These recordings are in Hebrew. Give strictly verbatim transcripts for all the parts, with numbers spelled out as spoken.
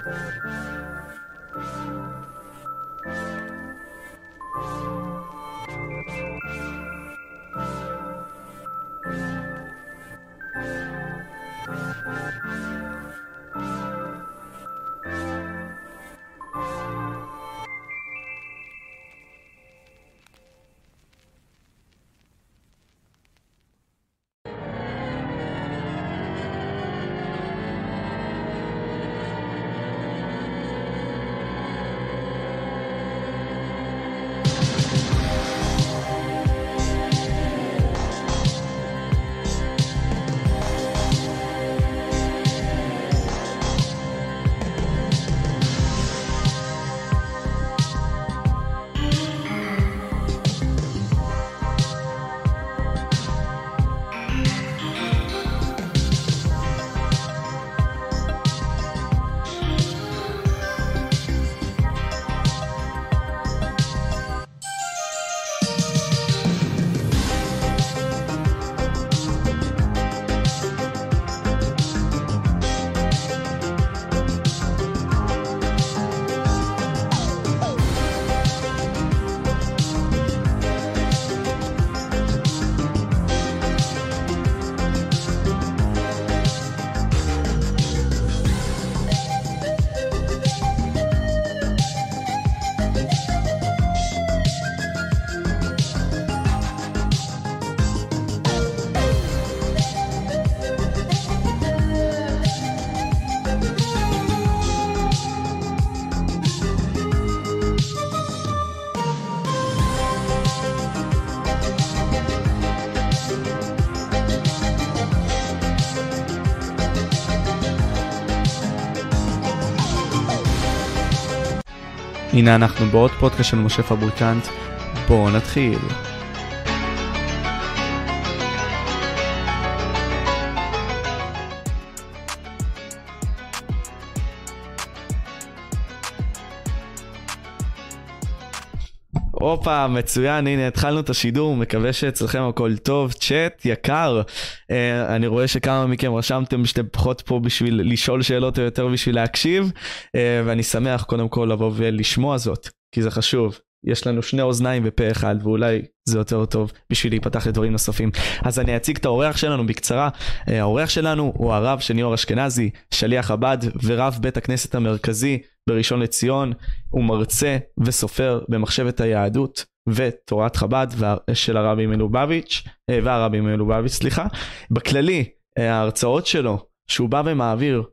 הנה אנחנו בעוד פודקאסט של משה פבריקנט, בואו נתחיל. אופה, מצוין, הנה התחלנו את השידור, מקווה שאצלכם הכל טוב. צ'אט יקר, אה, אני רואה שכמה מכם רשמתם שאתם פחות פה בשביל לשאול שאלות או יותר בשביל להקשיב, אה, ואני שמח קודם כל לבוא ולשמוע זאת, כי זה חשוב. יש לנו שני אוזניים ופה אחד, ואולי זה יותר טוב בשביל להיפתח לדברים נוספים. אז אני אציג את האורח שלנו בקצרה. האורח שלנו הוא הרב שניאור אשכנזי, שליח חב"ד ורב בית הכנסת המרכזי בראשון לציון. הוא מרצה וסופר במחשבת היהדות ותורת חב"ד של הרבי מלובביץ' והרבי מלובביץ', סליחה. בכללי, ההרצאות שלו שהוא בא ומעביר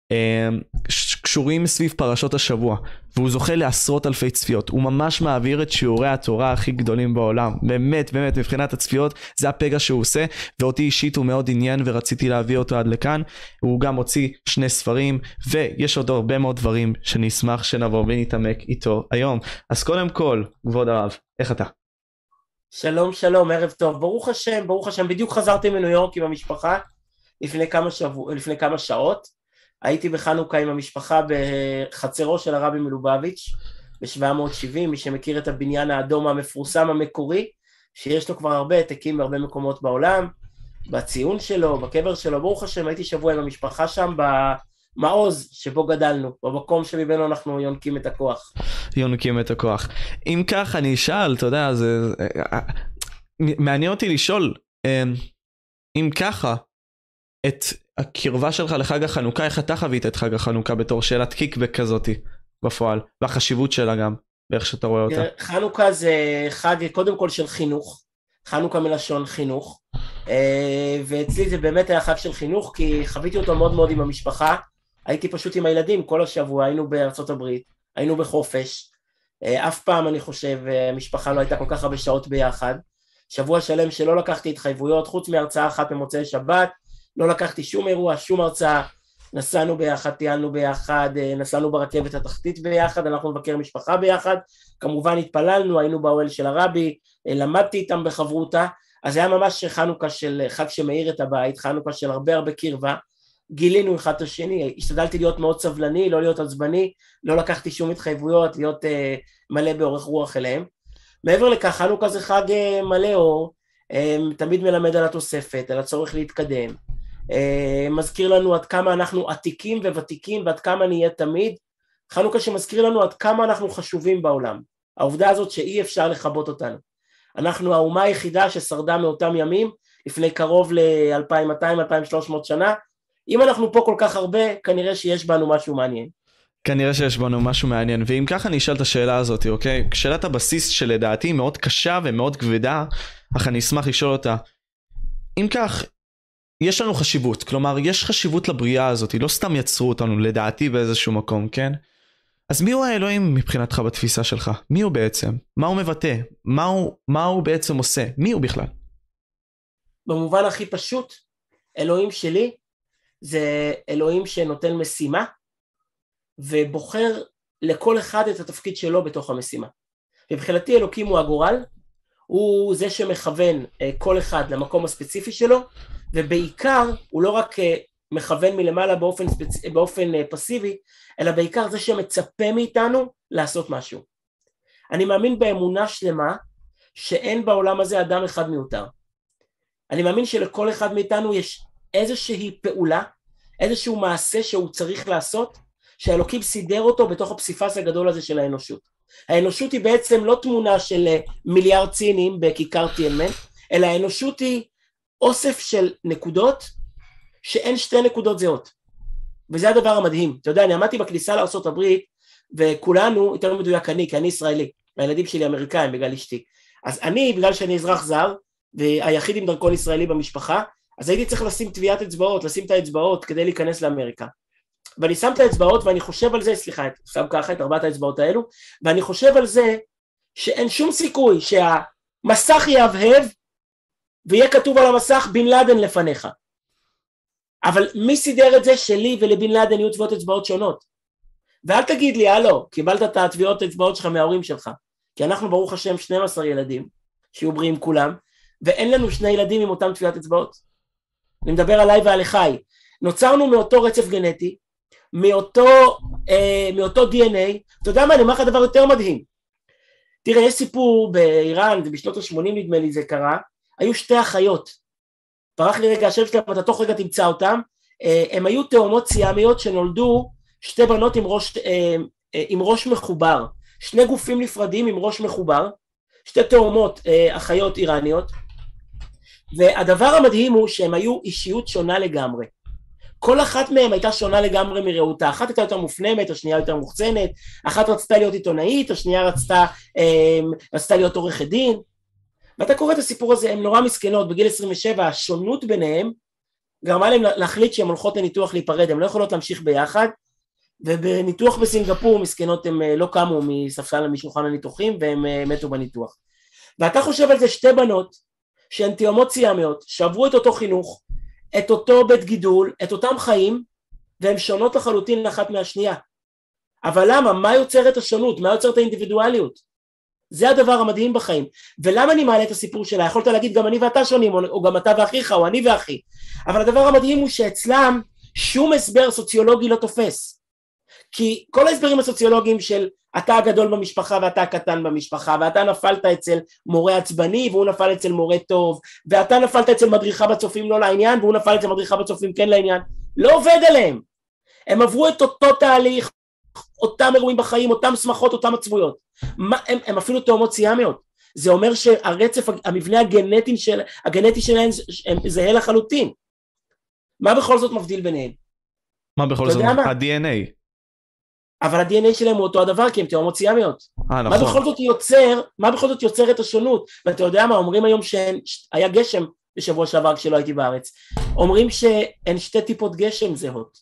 קשורים סביב פרשות השבוע, והוא זוכה לעשרות אלפי צפיות. הוא ממש מעביר את שיעורי התורה הכי גדולים בעולם, באמת באמת מבחינת הצפיות זה הפגע שהוא עושה, ואותי אישית הוא מאוד עניין ורציתי להביא אותו עד לכאן. הוא גם הוציא שני ספרים, ויש עוד הרבה מאוד דברים שאני אשמח שנבוא ונתעמק איתו היום. אז קודם כל, כבוד הרב, איך אתה? שלום שלום, ערב טוב, ברוך השם, ברוך השם. בדיוק חזרתי מניו יורק עם המשפחה לפני כמה שבוע, לפני כמה שעות. הייתי בחנוכה עם המשפחה בחצרו של הרבי מלובביץ' ב-שבע מאות שבעים, מי שמכיר את הבניין האדום המפורסם המקורי, שיש לו כבר הרבה העתקים בהרבה מקומות בעולם, בציון שלו, בקבר שלו. ברוך השם, הייתי שבוע עם המשפחה שם במעוז שבו גדלנו, במקום שממנו אנחנו יונקים את הכוח. יונקים את הכוח. אם כך אני אשאל, אתה יודע, זה מעניין אותי לשאול, אם ככה, את הקרבה שלך לחג החנוכה, איך אתה חווית את חג החנוכה בתור שאלת קיקבק כזאתי בפועל, והחשיבות שלה גם, ואיך שאתה רואה אותה? חנוכה זה חג קודם כל של חינוך, חנוכה מלשון חינוך, ואצלי זה באמת היה חג של חינוך, כי חוויתי אותו מאוד מאוד עם המשפחה. הייתי פשוט עם הילדים כל השבוע, היינו בארצות הברית, היינו בחופש, אף פעם אני חושב המשפחה לא הייתה כל כך הרבה שעות ביחד, שבוע שלם שלא לקחתי התחייבויות, חוץ מהרצאה אחת במוצאי שבת, לא לקחתי שום אירוע, שום הרצאה. נסענו ביחד, טיילנו ביחד, נסענו ברכבת התחתית ביחד, אנחנו מבקר משפחה ביחד, כמובן התפללנו, היינו באוהל של הרבי, למדתי איתם בחברותה. אז היה ממש חנוכה של חג שמאיר את הבית, חנוכה של הרבה הרבה קרבה, גילינו אחד את השני, השתדלתי להיות מאוד סבלני, לא להיות עצבני, לא לקחתי שום התחייבויות, להיות uh, מלא באורך רוח אליהם. מעבר לכך, חנוכה זה חג uh, מלא אור, um, תמיד מלמד על התוספת, על הצורך להתקדם, מזכיר לנו עד כמה אנחנו עתיקים וותיקים ועד כמה נהיה תמיד, חנוכה שמזכיר לנו עד כמה אנחנו חשובים בעולם, העובדה הזאת שאי אפשר לכבות אותנו, אנחנו האומה היחידה ששרדה מאותם ימים, לפני קרוב ל-אלפיים מאתיים אלפיים ושלוש מאות שנה, אם אנחנו פה כל כך הרבה, כנראה שיש בנו משהו מעניין. כנראה שיש בנו משהו מעניין, ואם ככה אני אשאל את השאלה הזאת, אוקיי? שאלת הבסיס שלדעתי מאוד קשה ומאוד כבדה, אך אני אשמח לשאול אותה, אם כך, יש לנו חשיבות, כלומר, יש חשיבות לבריאה הזאת, לא סתם יצרו אותנו, לדעתי באיזשהו מקום, כן? אז מי הוא האלוהים מבחינתך בתפיסה שלך? מי הוא בעצם? מה הוא מבטא? מה הוא, מה הוא בעצם עושה? מי הוא בכלל? במובן הכי פשוט, אלוהים שלי, זה אלוהים שנותן משימה, ובוחר לכל אחד את התפקיד שלו בתוך המשימה. מבחינתי אלוקים הוא הגורל, הוא זה שמכוון כל אחד למקום הספציפי שלו, ובעיקר הוא לא רק מכוון מלמעלה באופן, ספצ... באופן פסיבי, אלא בעיקר זה שמצפה מאיתנו לעשות משהו. אני מאמין באמונה שלמה, שאין בעולם הזה אדם אחד מיותר. אני מאמין שלכל אחד מאיתנו יש איזושהי פעולה, איזשהו מעשה שהוא צריך לעשות, שהאלוקים סידר אותו בתוך הפסיפס הגדול הזה של האנושות. האנושות היא בעצם לא תמונה של מיליארד צינים בכיכר טיאנמן, אלא האנושות היא אוסף של נקודות, שאין שתי נקודות זהות. וזה הדבר המדהים. אתה יודע, אני עמדתי בכניסה לארצות הברית, וכולנו, יותר מדויק אני, כי אני ישראלי, והילדים שלי אמריקאים בגלל אשתי. אז אני, בגלל שאני אזרח זר, והיחיד עם דרכון ישראלי במשפחה, אז הייתי צריך לשים טביעת אצבעות, לשים את האצבעות כדי להיכנס לאמריקה. ואני שם את האצבעות ואני חושב על זה, סליחה, שם ככה את ארבעת האצבעות האלו, ואני חושב על זה שאין שום סיכוי שהמסך יהבהב, ויהיה כתוב על המסך בן לאדן לפניך. אבל מי סידר את זה? שלי ולבן לאדן יהיו טביעות אצבעות שונות. ואל תגיד לי, הלו, קיבלת את הטביעות אצבעות שלך מההורים שלך, כי אנחנו ברוך השם שנים עשר ילדים, שיהיו בריאים כולם, ואין לנו שני ילדים עם אותם טביעות אצבעות. אני מדבר עליי ועל אחי. נוצרנו מאותו רצף גנטי, מאותו, אה, מאותו די אן איי, אתה יודע מה, אני אומר לך דבר יותר מדהים. תראה, יש סיפור באיראן, בשנות ה-שמונים נדמה לי זה קרה, היו שתי אחיות, פרח לי רגע השם שלהם, אתה תוך רגע תמצא אותם, אה, הם היו תאומות סיאמיות שנולדו שתי בנות עם ראש, אה, אה, עם ראש מחובר, שני גופים נפרדים עם ראש מחובר, שתי תאומות אה, אחיות איראניות, והדבר המדהים הוא שהם היו אישיות שונה לגמרי. כל אחת מהן הייתה שונה לגמרי מרעותה, אחת הייתה יותר מופנמת, השנייה יותר מוחצנת, אחת רצתה להיות עיתונאית, השנייה רצתה, אה, רצתה להיות עורכת דין, ואתה קורא את הסיפור הזה, הן נורא מסכנות, בגיל עשרים ושבע, השונות ביניהם, גרמה להם להחליט שהן הולכות לניתוח להיפרד, הן לא יכולות להמשיך ביחד, ובניתוח בסינגפור, מסכנות הן לא קמו מספסל משולחן הניתוחים, והן מתו בניתוח. ואתה חושב על זה שתי בנות, שהן תאומות סיאמיות, שעברו את אותו חינוך, את אותו בית גידול, את אותם חיים, והן שונות לחלוטין אחת מהשנייה. אבל למה? מה יוצר את השונות? מה יוצר את האינדיבידואליות? זה הדבר המדהים בחיים. ולמה אני מעלה את הסיפור שלה? יכולת להגיד גם אני ואתה שונים, או גם אתה ואחיך, או אני ואחי. אבל הדבר המדהים הוא שאצלם שום הסבר סוציולוגי לא תופס. כי כל ההסברים הסוציולוגיים של אתה הגדול במשפחה ואתה הקטן במשפחה, ואתה נפלת אצל מורה עצבני והוא נפל אצל מורה טוב, ואתה נפלת אצל מדריכה בצופים לא לעניין, והוא נפל אצל מדריכה בצופים כן לעניין, לא עובד עליהם. הם עברו את אותו תהליך, אותם אירועים בחיים, אותם שמחות, אותם עצבויות. מה, הם, הם אפילו תאומות סיאמיות. זה אומר שהרצף, המבנה הגנטי, של, הגנטי שלהם זהה לחלוטין. מה בכל זאת מבדיל ביניהם? מה בכל זאת? ה-די אן איי. אבל ה-די אן איי שלהם הוא אותו הדבר, כי הם תאומות סיאמיות. אה, נכון. מה בכל זאת יוצר, מה בכל זאת יוצר את השונות? ואתה יודע מה, אומרים היום שהיה גשם בשבוע שעבר כשלא הייתי בארץ. אומרים שאין שתי טיפות גשם זהות.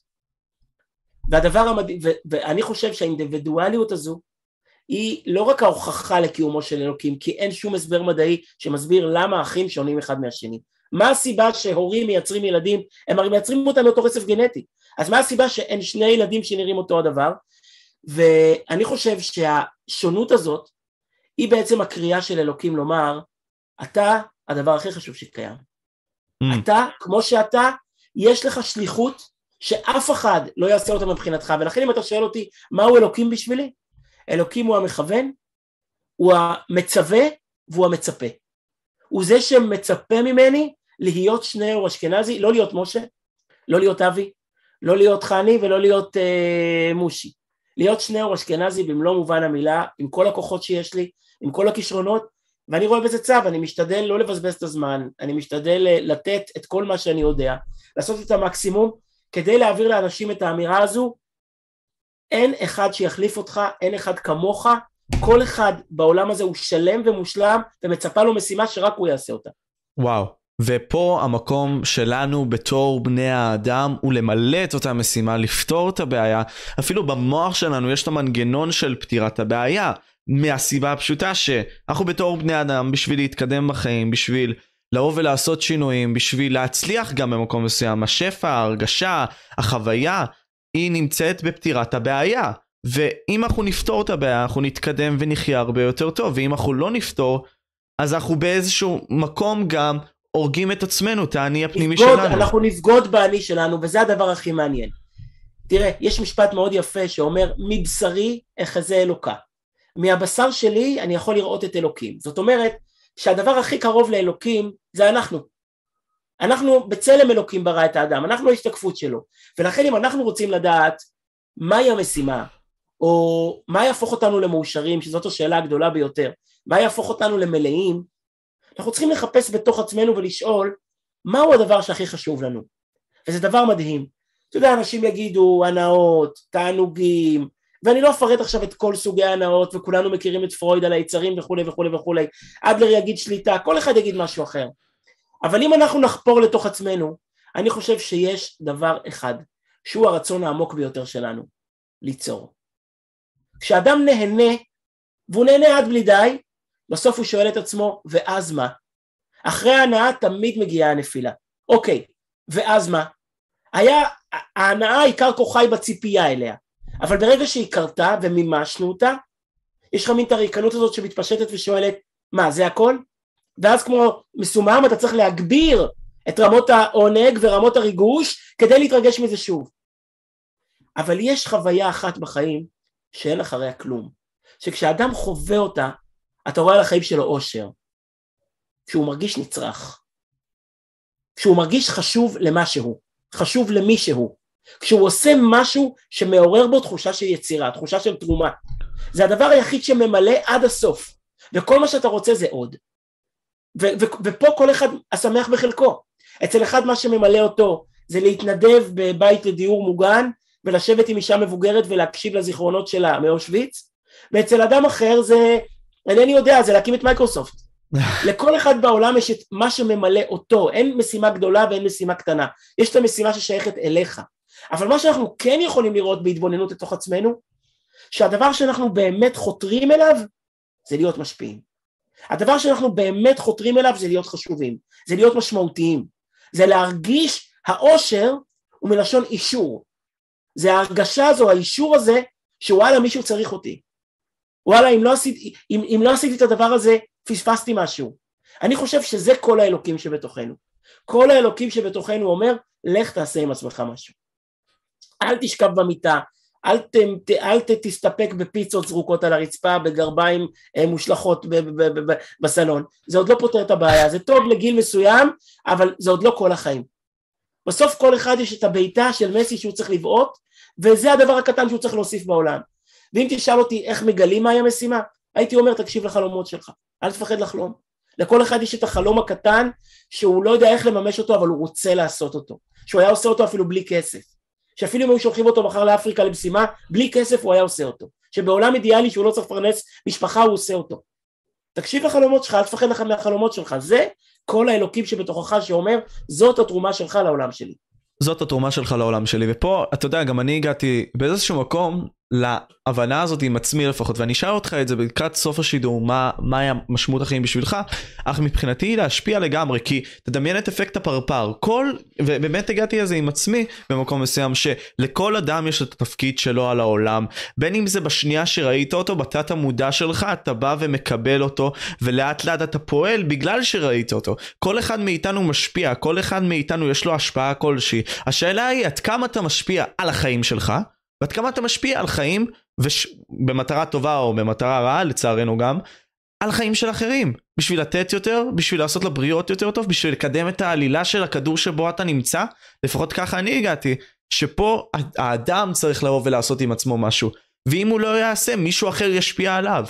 והדבר המדהים, ו- ואני חושב שהאינדיבידואליות הזו, היא לא רק ההוכחה לקיומו של אלוקים, כי אין שום הסבר מדעי שמסביר למה אחים שונים אחד מהשני. מה הסיבה שהורים מייצרים ילדים, הם הרי מייצרים אותם מאותו רצף גנטי, אז מה הסיבה שאין שני ילדים שנראים אותו הדבר? ואני חושב שהשונות הזאת, היא בעצם הקריאה של אלוקים לומר, אתה הדבר הכי חשוב שקיים. Mm. אתה, כמו שאתה, יש לך שליחות, שאף אחד לא יעשה אותה מבחינתך, ולכן אם אתה שואל אותי, מהו אלוקים בשבילי? אלוקים הוא המכוון, הוא המצווה, והוא המצפה. הוא זה שמצפה ממני להיות שניאור אשכנזי, לא להיות משה, לא להיות אבי, לא להיות חני ולא להיות אה, מושי. להיות שניאור אשכנזי במלוא מובן המילה, עם כל הכוחות שיש לי, עם כל הכישרונות, ואני רואה בזה צו, אני משתדל לא לבזבז את הזמן, אני משתדל לתת את כל מה שאני יודע, לעשות את המקסימום, כדי להעביר לאנשים את האמירה הזו, אין אחד שיחליף אותך, אין אחד כמוך, כל אחד בעולם הזה הוא שלם ומושלם, ומצפה לו משימה שרק הוא יעשה אותה. וואו, ופה המקום שלנו בתור בני האדם, הוא למלא את אותה משימה, לפתור את הבעיה, אפילו במוח שלנו יש את המנגנון של פתירת הבעיה, מהסיבה הפשוטה שאנחנו בתור בני אדם, בשביל להתקדם בחיים, בשביל לבוא ולעשות שינויים, בשביל להצליח גם במקום מסוים, השפע, ההרגשה, החוויה, היא נמצאת בפתירת הבעיה, ואם אנחנו נפתור את הבעיה, אנחנו נתקדם ונחיה הרבה יותר טוב, ואם אנחנו לא נפתור, אז אנחנו באיזשהו מקום גם הורגים את עצמנו, את האני הפנימי נבגוד, שלנו. אנחנו נבגוד באני שלנו, וזה הדבר הכי מעניין. תראה, יש משפט מאוד יפה שאומר, מבשרי אחזה אלוקה. מהבשר שלי אני יכול לראות את אלוקים. זאת אומרת, שהדבר הכי קרוב לאלוקים זה אנחנו. אנחנו בצלם אלוקים ברא את האדם, אנחנו ההשתקפות שלו. ולכן אם אנחנו רוצים לדעת מהי המשימה, או מה יהפוך אותנו למאושרים, שזאת השאלה הגדולה ביותר, מה יהפוך אותנו למלאים, אנחנו צריכים לחפש בתוך עצמנו ולשאול, מהו הדבר שהכי חשוב לנו? וזה דבר מדהים. אתה יודע, אנשים יגידו, הנאות, תענוגים, ואני לא אפרט עכשיו את כל סוגי ההנאות, וכולנו מכירים את פרויד על היצרים וכו' וכו' וכו'. אדלר יגיד שליטה, כל אחד יגיד משהו אחר. אבל אם אנחנו נחפור לתוך עצמנו, אני חושב שיש דבר אחד, שהוא הרצון העמוק ביותר שלנו, ליצור. כשאדם נהנה, והוא נהנה עד בלי די, בסוף הוא שואל את עצמו, ואז מה? אחרי ההנאה תמיד מגיעה הנפילה. אוקיי, ואז מה? היה, ההנאה עיקר כוחי בציפייה אליה, אבל ברגע שהיא קרתה ומימשנו אותה, יש לך מין את הריקנות הזאת שמתפשטת ושואלת, מה, זה הכל? ואז כמו מסומם אתה צריך להגביר את רמות העונג ורמות הריגוש כדי להתרגש מזה שוב. אבל יש חוויה אחת בחיים שאין אחריה כלום, שכשאדם חווה אותה, אתה רואה על החיים שלו אושר, כשהוא מרגיש נצרך, כשהוא מרגיש חשוב למשהו, חשוב למישהו, כשהוא עושה משהו שמעורר בו תחושה של יצירה, תחושה של תרומה, זה הדבר היחיד שממלא עד הסוף, וכל מה שאתה רוצה זה עוד, ו- ו- ופה כל אחד השמח בחלקו, אצל אחד מה שממלא אותו, זה להתנדב בבית לדיור מוגן, ולשבת עם אישה מבוגרת ולהקשיב לזיכרונות שלה מאושוויץ, ואצל אדם אחר זה, אינני יודע, זה להקים את מייקרוסופט. לכל אחד בעולם יש את מה שממלא אותו, אין משימה גדולה ואין משימה קטנה, יש את המשימה ששייכת אליך, אבל מה שאנחנו כן יכולים לראות בהתבוננות לתוך עצמנו, שהדבר שאנחנו באמת חותרים אליו, זה להיות משפיעים. הדבר שאנחנו באמת חותרים אליו זה להיות חשובים, זה להיות משמעותיים, זה להרגיש האושר ומלשון אישור, זה ההרגשה הזו, האישור הזה, שוואלה מישהו צריך אותי, וואלה אם לא עשיתי, אם, אם לא עשיתי את הדבר הזה, פספסתי משהו. אני חושב שזה כל האלוקים שבתוכנו, כל האלוקים שבתוכנו אומר, לך תעשה עם עצמך משהו, אל תשכב במיטה, אל, ת, אל ת, תסתפק בפיצות זרוקות על הרצפה, בגרביים מושלכות ב, ב, ב, ב, בסלון, זה עוד לא פותר את הבעיה, זה טוב לגיל מסוים, אבל זה עוד לא כל החיים. בסוף כל אחד יש את הביתה של מסי שהוא צריך לבעוט, וזה הדבר הקטן שהוא צריך להוסיף בעולם. ואם תשאל אותי איך מגלים מהי המשימה, הייתי אומר תקשיב לחלומות שלך, אל תפחד לחלום. לכל אחד יש את החלום הקטן, שהוא לא יודע איך לממש אותו, אבל הוא רוצה לעשות אותו, שהוא היה עושה אותו אפילו בלי כסף, שאפילו אם היו שולחים אותו מחר לאפריקה למשימה, בלי כסף הוא היה עושה אותו, שבעולם אידיאלי שהוא לא צריך לפרנס משפחה הוא עושה אותו. תקשיב לחלומות שלך, אל תפחד לך מהחלומות שלך, זה כל האלוקים שבתוכך שאומר, זאת התרומה שלך לעולם שלי. זאת התרומה שלך לעולם שלי, ופה, אתה יודע, גם אני הגעתי באיזשהו מקום להבנה הזאת עם עצמי לפחות, ואני אשאל אותך את זה לקראת סוף השידור, מה, מה היה משמעות החיים בשבילך, אך מבחינתי להשפיע לגמרי, כי תדמיין את אפקט הפרפר, כל, ובאמת הגעתי לזה עם עצמי במקום מסוים, שלכל אדם יש את התפקיד שלו על העולם, בין אם זה בשנייה שראית אותו, בתת המודע שלך, אתה בא ומקבל אותו, ולאט לאט אתה פועל בגלל שראית אותו, כל אחד מאיתנו משפיע, כל אחד מאיתנו יש לו השפעה כלשהי, השאלה היא עד כמה אתה משפיע על החיים שלך, ועד כמה אתה משפיע על חיים, וש... במטרה טובה או במטרה רעה, לצערנו גם, על חיים של אחרים, בשביל לתת יותר, בשביל לעשות לבריאות יותר טוב, בשביל לקדם את העלילה של הכדור שבו אתה נמצא, לפחות ככה אני הגעתי, שפה האדם צריך לבוא ולעשות עם עצמו משהו, ואם הוא לא יעשה, מישהו אחר ישפיע עליו.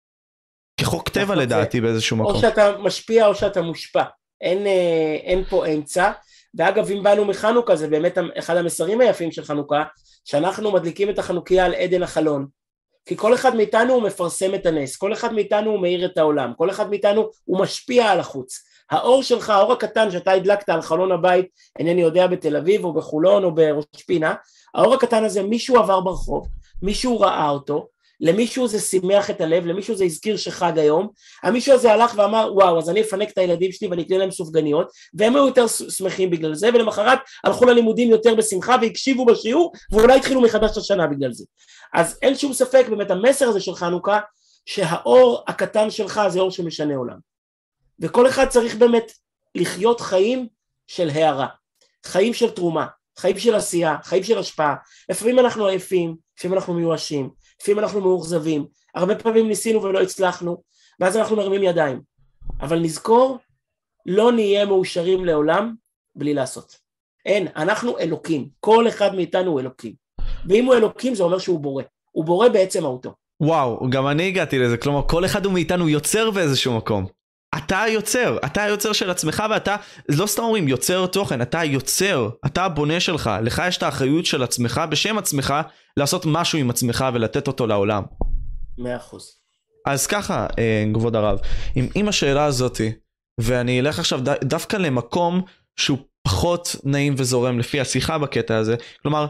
כחוק טבע לדעתי באיזשהו מקום. או שאתה משפיע או שאתה מושפע, אין, אין פה אמצע, ואגב אם באנו מחנוכה, זה באמת אחד המסרים היפים של חנוכה, שאנחנו מדליקים את החנוכיה על עדן החלון, כי כל אחד מאיתנו הוא מפרסם את הנס, כל אחד מאיתנו הוא מאיר את העולם, כל אחד מאיתנו הוא משפיע על החוץ, האור שלך, האור הקטן שאתה הדלקת על חלון הבית, אינני יודע בתל אביב או בחולון או בראש פינה, האור הקטן הזה מישהו עבר ברחוב, מישהו ראה אותו, למישהו זה שימח את הלב, למישהו זה הזכיר שחג היום, המישהו הזה הלך ואמר וואו אז אני אפנק את הילדים שלי ואני אקנה להם סופגניות, והם היו יותר שמחים בגלל זה, ולמחרת הלכו ללימודים יותר בשמחה והקשיבו בשיעור, ואולי התחילו מחדש השנה בגלל זה. אז אין שום ספק באמת המסר הזה של חנוכה, שהאור הקטן שלך זה אור שמשנה עולם, וכל אחד צריך באמת לחיות חיים של הערה, חיים של תרומה, חיים של עשייה, חיים של השפעה. לפעמים אנחנו עייפים, לפעמים אנחנו מיואשים, לפעמים אנחנו מאוכזבים, הרבה פעמים ניסינו ולא הצלחנו, ואז אנחנו מרימים ידיים, אבל נזכור, לא נהיה מאושרים לעולם בלי לעשות. אין, אנחנו אלוקים, כל אחד מאיתנו הוא אלוקים, ואם הוא אלוקים זה אומר שהוא בורא, הוא בורא בעצם מהותו. וואו, גם אני הגעתי לזה, כלומר כל אחד מאיתנו יוצר באיזשהו מקום. אתה היוצר, אתה היוצר של עצמך, ואתה, לא סתם אומרים יוצר תוכן, אתה היוצר, אתה הבונה שלך, לך יש את האחריות של עצמך, בשם עצמך, לעשות משהו עם עצמך ולתת אותו לעולם. מאה אחוז. אז ככה, כבוד הרב, עם, עם השאלה הזאת, ואני אלך עכשיו ד, דווקא למקום שהוא פחות נעים וזורם לפי השיחה בקטע הזה, כלומר,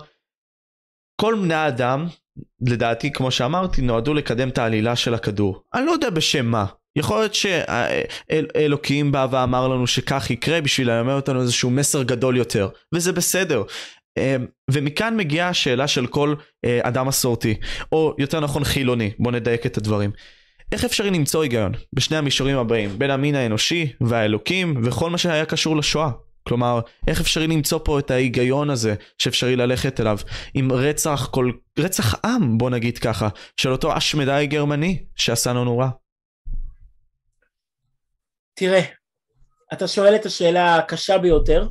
כל בני האדם, לדעתי, כמו שאמרתי, נועדו לקדם את העלילה של הכדור. אני לא יודע בשם מה. יכול להיות שאלוקים בא ואמר לנו שכך יקרה בשביל ללמד אותנו איזשהו מסר גדול יותר, וזה בסדר. ומכאן מגיעה השאלה של כל אדם מסורתי, או יותר נכון חילוני, בוא נדייק את הדברים. איך אפשרי למצוא היגיון בשני המישורים הבאים, בין המין האנושי והאלוקים וכל מה שהיה קשור לשואה? כלומר, איך אפשרי למצוא פה את ההיגיון הזה שאפשרי ללכת אליו עם רצח, כל, רצח עם, בוא נגיד ככה, של אותו אשמדאי גרמני שעשה לנו רע? תראה, אתה שואל את השאלה הקשה ביותר,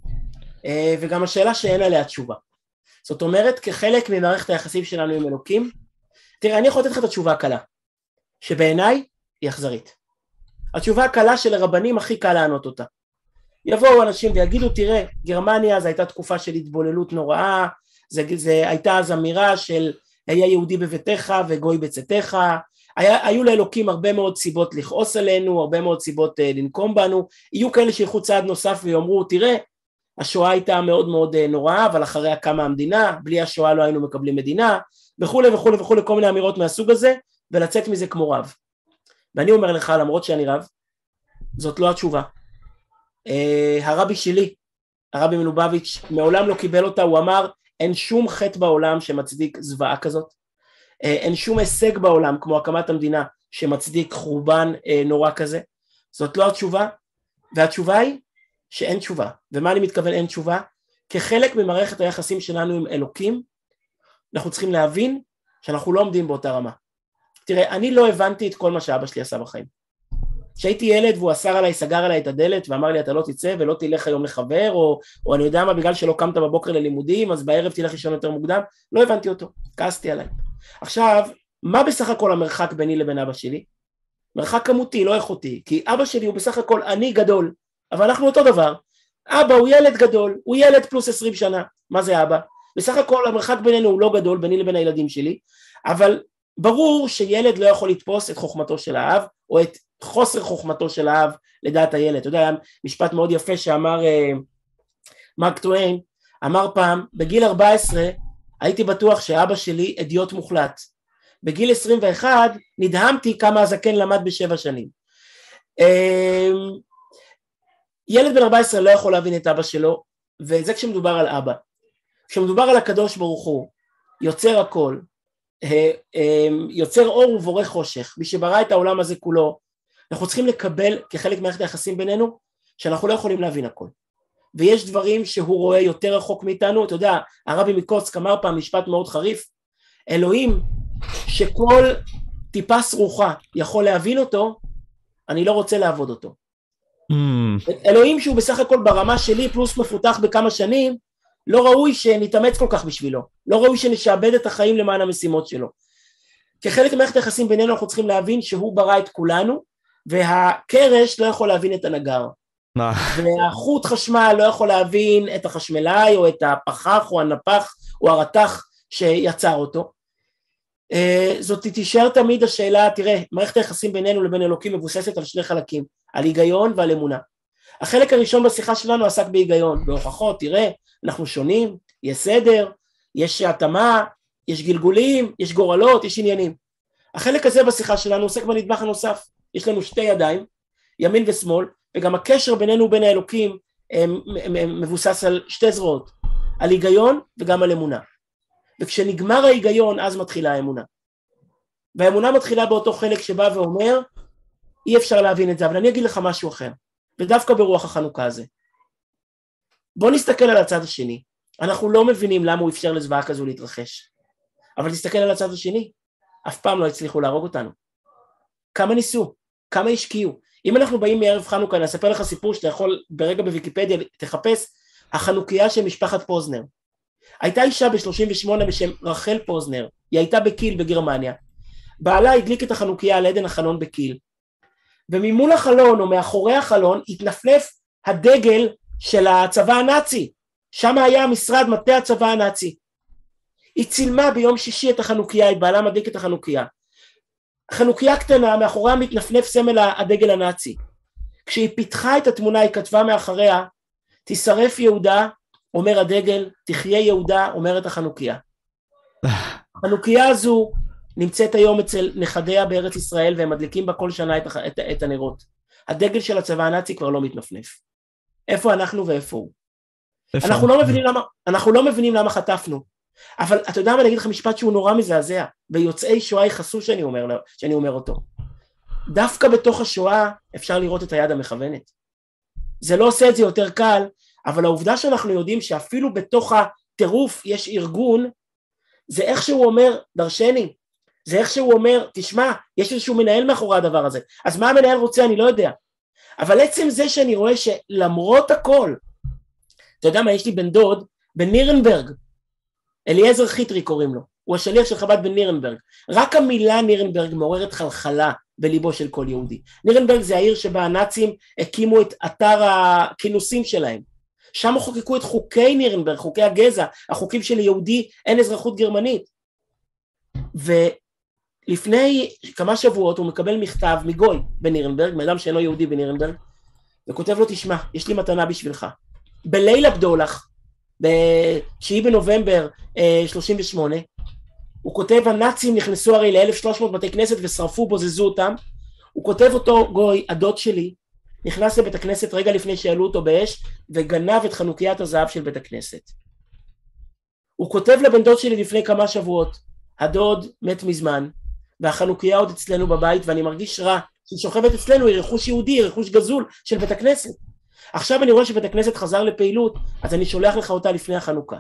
וגם השאלה שאין עליה תשובה. זאת אומרת, כחלק ממערכת היחסים שלנו עם אלוקים, תראה, אני יכול לתת לך את התשובה הקלה, שבעיניי היא אכזרית. התשובה הקלה של הרבנים הכי קל לענות אותה. יבואו אנשים ויגידו, תראה, גרמניה, זו הייתה תקופה של התבוללות נוראה, זה, זה הייתה אז אמירה של היה יהודי בביתך וגוי בצאתך, היה, היו לאלוקים הרבה מאוד סיבות לכעוס עלינו, הרבה מאוד סיבות uh, לנקום בנו, יהיו כאלה שילכו צעד נוסף ויאמרו, תראה, השואה הייתה מאוד מאוד uh, נוראה, אבל אחריה קמה המדינה, בלי השואה לא היינו מקבלים מדינה, וכו' וכו' וכו', כל מיני אמירות מהסוג הזה, ולצאת מזה כמו רב. ואני אומר לך, למרות שאני רב, זאת לא התשובה. Uh, הרבי שלי, הרבי מלובביץ', מעולם לא קיבל אותה, הוא אמר, אין שום חטא בעולם שמצדיק זוועה כזאת, uh, אין שום הישג בעולם כמו הקמת המדינה שמצדיק חורבן uh, נורא כזה, זאת לא התשובה, והתשובה היא שאין תשובה. ומה אני מתכוון אין תשובה? כחלק ממערכת היחסים שלנו עם אלוקים, אנחנו צריכים להבין שאנחנו לא עומדים באותה רמה. תראה, אני לא הבנתי את כל מה שאבא שלי עשה בחיים. כשהייתי ילד והוא אסר עליי, סגר עליי את הדלת ואמר לי אתה לא תצא ולא תלך היום לחבר, או, או אני יודע מה, בגלל שלא קמת בבוקר ללימודים אז בערב תלך לישון יותר מוקדם, לא הבנתי אותו, כעסתי עליי. עכשיו, מה בסך הכל המרחק ביני לבין אבא שלי? מרחק כמותי, לא איכותי, כי אבא שלי הוא בסך הכל אני גדול, אבל אנחנו אותו דבר. אבא הוא ילד גדול, הוא ילד פלוס עשרים שנה, מה זה אבא? בסך הכל המרחק בינינו הוא לא גדול, ביני לבין הילדים שלי, אבל ברור שילד לא יכול לתפוס את חוכמתו של האב, או את חוסר חוכמתו של האב לדעת הילד. אתה יודע, היה משפט מאוד יפה שאמר uh, מרק טוויין, אמר פעם, בגיל ארבע עשרה הייתי בטוח שאבא שלי אדיוט מוחלט, בגיל עשרים ואחת נדהמתי כמה הזקן למד בשבע שנים. Uh, ילד בן ארבע עשרה לא יכול להבין את אבא שלו, וזה כשמדובר על אבא. כשמדובר על הקדוש ברוך הוא, יוצר הכל, יוצר אור ובורא חושך, מי שברא את העולם הזה כולו, אנחנו צריכים לקבל כחלק מערכת היחסים בינינו, שאנחנו לא יכולים להבין הכל. ויש דברים שהוא רואה יותר רחוק מאיתנו. אתה יודע, הרבי מקוצק אמר פעם משפט מאוד חריף, אלוהים שכל טיפה סרוחה יכול להבין אותו, אני לא רוצה לעבוד אותו. Mm. אלוהים שהוא בסך הכל ברמה שלי פלוס מפותח בכמה שנים, לא ראוי שנתאמץ כל כך בשבילו, לא ראוי שנשעבד את החיים למען המשימות שלו. כחלק ממערכת היחסים בינינו אנחנו צריכים להבין שהוא ברא את כולנו, והקרש לא יכול להבין את הנגר. והחוט חשמל לא יכול להבין את החשמלאי או את הפחח או הנפח או הרתח שיצר אותו. זאת תישאר תמיד השאלה, תראה, מערכת היחסים בינינו לבין אלוקים מבוססת על שני חלקים, על היגיון ועל אמונה. החלק הראשון בשיחה שלנו עסק בהיגיון, בהוכחות, תראה, אנחנו שונים, יש סדר, יש התאמה, יש גלגולים, יש גורלות, יש עניינים. החלק הזה בשיחה שלנו עוסק בנדבך הנוסף, יש לנו שתי ידיים, ימין ושמאל, וגם הקשר בינינו ובין האלוקים מבוסס על שתי זרועות, על היגיון וגם על אמונה. וכשנגמר ההיגיון אז מתחילה האמונה. והאמונה מתחילה באותו חלק שבא ואומר, אי אפשר להבין את זה, אבל אני אגיד לך משהו אחר, ודווקא ברוח החנוכה הזה. בוא נסתכל על הצד השני, אנחנו לא מבינים למה הוא אפשר לזוועה כזו להתרחש, אבל תסתכל על הצד השני, אף פעם לא הצליחו להרוג אותנו. כמה ניסו, כמה השקיעו. אם אנחנו באים מערב חנוכה, אני אספר לך סיפור שאתה יכול ברגע בוויקיפדיה, תחפש, החנוכיה של משפחת פוזנר. הייתה אישה ב-שלושים ושמונה בשם רחל פוזנר, היא הייתה בקיל בגרמניה. בעלה הדליק את החנוכיה על עדן החלון בקיל, וממול החלון או מאחורי החלון התנפנף הדגל של הצבא הנאצי, שם היה המשרד מטה הצבא הנאצי. היא צילמה ביום שישי את החנוכיה, את בעלה מדליק את החנוכיה. חנוכיה קטנה, מאחוריה מתנפנף סמל הדגל הנאצי. כשהיא פיתחה את התמונה, היא כתבה מאחריה, תשרף יהודה, אומר הדגל, תחיה יהודה, אומרת החנוכיה. החנוכיה הזו נמצאת היום אצל נכדיה בארץ ישראל, והם מדליקים בה כל שנה את, את, את הנרות. הדגל של הצבא הנאצי כבר לא מתנפנף. איפה אנחנו ואיפה הוא? אנחנו לא מבינים למה, אנחנו לא מבינים למה חטפנו. אבל אתה יודע מה, אני אגיד לך משפט שהוא נורא מזעזע, ויוצאי שואה יחסו שאני אומר, שאני אומר אותו. דווקא בתוך השואה אפשר לראות את היד המכוונת. זה לא עושה את זה יותר קל, אבל העובדה שאנחנו יודעים שאפילו בתוך הטירוף יש ארגון, זה איך שהוא אומר, דרשני, זה איך שהוא אומר, תשמע, יש איזשהו מנהל מאחורי הדבר הזה, אז מה המנהל רוצה אני לא יודע, אבל עצם זה שאני רואה שלמרות הכל, אתה יודע מה, יש לי בן דוד, בנירנברג, אליעזר חיטרי קוראים לו, הוא השליח של חב"ד בנירנברג, רק המילה נירנברג מעוררת חלחלה בליבו של כל יהודי. נירנברג זה העיר שבה הנאצים הקימו את אתר הכינוסים שלהם, שם חוקקו את חוקי נירנברג, חוקי הגזע, החוקים של יהודי אין אזרחות גרמנית, ולפני כמה שבועות הוא מקבל מכתב מגוי בנירנברג, מאדם שאינו יהודי בנירנברג, וכותב לו תשמע, יש לי מתנה בשבילך, בליל הבדולח, ב-תשיעי בנובמבר שלושים ושמונה, הוא כותב, הנאצים נכנסו הרי ל-אלף ושלוש מאות בתי כנסת ושרפו, בוזזו אותם, הוא כותב אותו גוי, הדוד שלי, נכנס לבית הכנסת רגע לפני שעלו אותו באש, וגנב את חנוכיית הזהב של בית הכנסת. הוא כותב לבן דוד שלי לפני כמה שבועות, הדוד מת מזמן, והחנוכיה עוד אצלנו בבית, ואני מרגיש רע, שהיא שוכבת אצלנו, היא רכוש יהודי, היא רכוש גזול של בית הכנסת. עכשיו אני רואה שבית הכנסת חזר לפעילות, אז אני שולח לך אותה לפני החנוכה.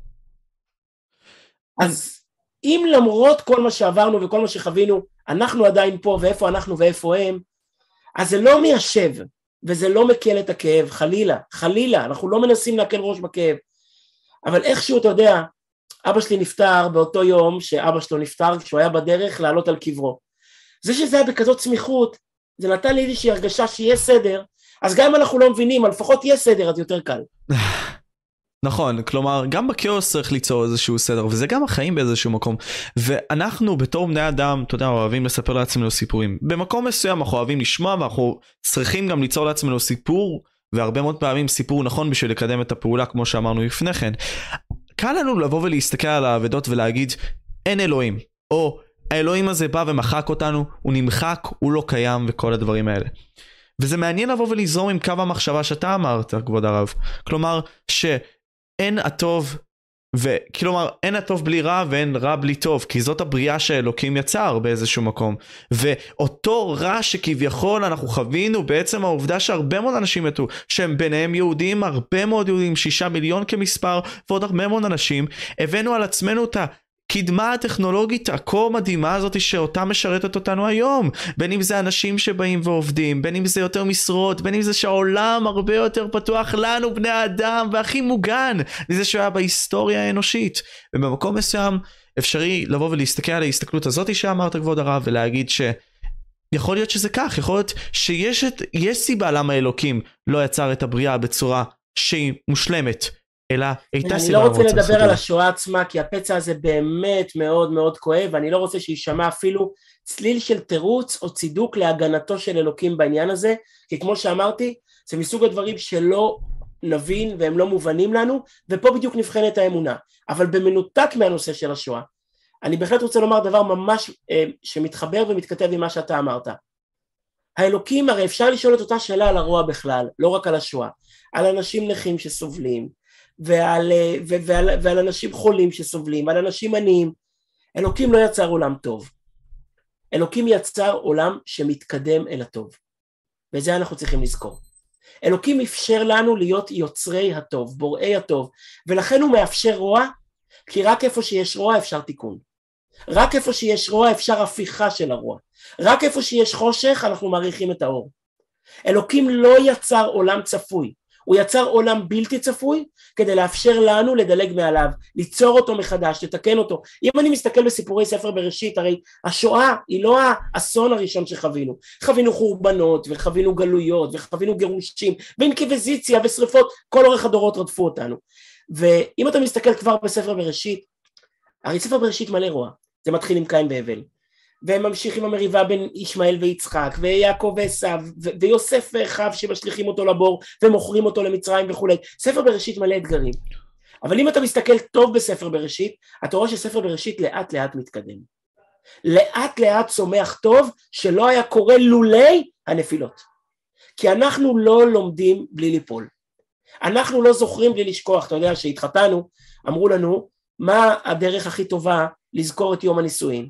אז אם למרות כל מה שעברנו וכל מה שחווינו, אנחנו עדיין פה, ואיפה אנחנו ואיפה הם, אז זה לא מיישב, וזה לא מקל את הכאב, חלילה, חלילה, אנחנו לא מנסים להקל ראש בכאב, אבל איכשהו אתה יודע, אבא שלי נפטר באותו יום שאבא שלו נפטר, כשהוא היה בדרך לעלות על קברו. זה שזה היה בכזאת סמיכות, זה נתן לי איזושהי הרגשה שיהיה סדר, אז גם אם אנחנו לא מבינים, אבל לפחות יהיה סדר, אז יותר קל. נכון, כלומר, גם בכאוס צריך ליצור איזשהו סדר, וזה גם החיים באיזשהו מקום. ואנחנו בתור בני אדם, אתה יודע, אוהבים לספר לעצמנו סיפורים. במקום מסוים אנחנו אוהבים לשמוע, ואנחנו צריכים גם ליצור לעצמנו סיפור, והרבה מאוד פעמים סיפור נכון בשביל לקדם את הפעולה, כמו שאמרנו לפני כן. קל לנו לבוא ולהסתכל על העבדות ולהגיד, אין אלוהים, או האלוהים הזה בא ומחק אותנו, הוא נמחק, הוא לא קיים, וכל הדברים האלה. וזה מעניין לבוא ולזרום עם קו המחשבה שאתה אמרת, כבוד הרב. כלומר, שאין הטוב, וכלומר, אין הטוב בלי רע ואין רע בלי טוב, כי זאת הבריאה שאלוקים יצר באיזשהו מקום. ואותו רע שכביכול אנחנו חווינו, בעצם העובדה שהרבה מאוד אנשים מתו, שהם ביניהם יהודים, הרבה מאוד יהודים, שישה מיליון כמספר, ועוד הרבה מאוד אנשים, הבאנו על עצמנו את ה... הקדמה הטכנולוגית הכה מדהימה הזאת שאותה משרתת אותנו היום, בין אם זה אנשים שבאים ועובדים, בין אם זה יותר משרות, בין אם זה שהעולם הרבה יותר פתוח לנו בני האדם והכי מוגן מזה שהוא היה בהיסטוריה האנושית, ובמקום מסוים אפשרי לבוא ולהסתכל על ההסתכלות הזאת שאמרת כבוד הרב ולהגיד ש יכול להיות שזה כך, יכול להיות שיש את, יש סיבה למה אלוקים לא יצר את הבריאה בצורה שהיא מושלמת, אלא הייתה סיבה. אני לא רוצה לדבר על השואה עצמה, כי הפצע הזה באמת מאוד מאוד כואב, ואני לא רוצה שישמע אפילו צליל של תירוץ או צידוק להגנתו של אלוקים בעניין הזה, כי כמו שאמרתי, זה מסוג הדברים שלא נבין והם לא מובנים לנו, ופה בדיוק נבחנת האמונה. אבל במנותק מהנושא של השואה, אני בהחלט רוצה לומר דבר ממש אה, שמתחבר ומתכתב עם מה שאתה אמרת. האלוקים, הרי אפשר לשאול את אותה שאלה על הרוע בכלל, לא רק על השואה, על אנשים נכים שסובלים, ועל, ו, ועל, ועל אנשים חולים שסובלים, ועל אנשים עניים. אלוקים לא יצר עולם טוב. אלוקים יצר עולם שמתקדם אל הטוב. וזה אנחנו צריכים לזכור. אלוקים אפשר לנו להיות יוצרי הטוב, בוראי הטוב, ולכן הוא מאפשר רוע, כי רק איפה שיש רוע אפשר תיקון. רק איפה שיש רוע אפשר הפיכה של הרוע. רק איפה שיש חושך אנחנו מעריכים את האור. אלוקים לא יצר עולם צפוי, הוא יצר עולם בלתי צפוי כדי לאפשר לנו לדלג מעליו, ליצור אותו מחדש, לתקן אותו. אם אני מסתכל בסיפורי ספר בראשית, הרי השואה היא לא האסון הראשון שחווינו. חווינו חורבנות וחווינו גלויות וחווינו גירושים ואינקוויזיציה ושריפות, כל אורך הדורות רדפו אותנו. ואם אתה מסתכל כבר בספר בראשית, הרי ספר בראשית מלא רוע, זה מתחיל עם קין והבל, והם ממשיכים המריבה בין ישמעאל ויצחק, ויעקב ועשיו, ויוסף ואחיו שמשליכים אותו לבור, ומוכרים אותו למצרים וכו'. ספר בראשית מלא אתגרים. אבל אם אתה מסתכל טוב בספר בראשית, אתה רואה שספר בראשית לאט לאט מתקדם. לאט לאט צומח טוב, שלא היה קורה לולי הנפילות. כי אנחנו לא לומדים בלי ליפול. אנחנו לא זוכרים בלי לשכוח. אתה יודע שהתחתנו, אמרו לנו, מה הדרך הכי טובה לזכור את יום הנישואין?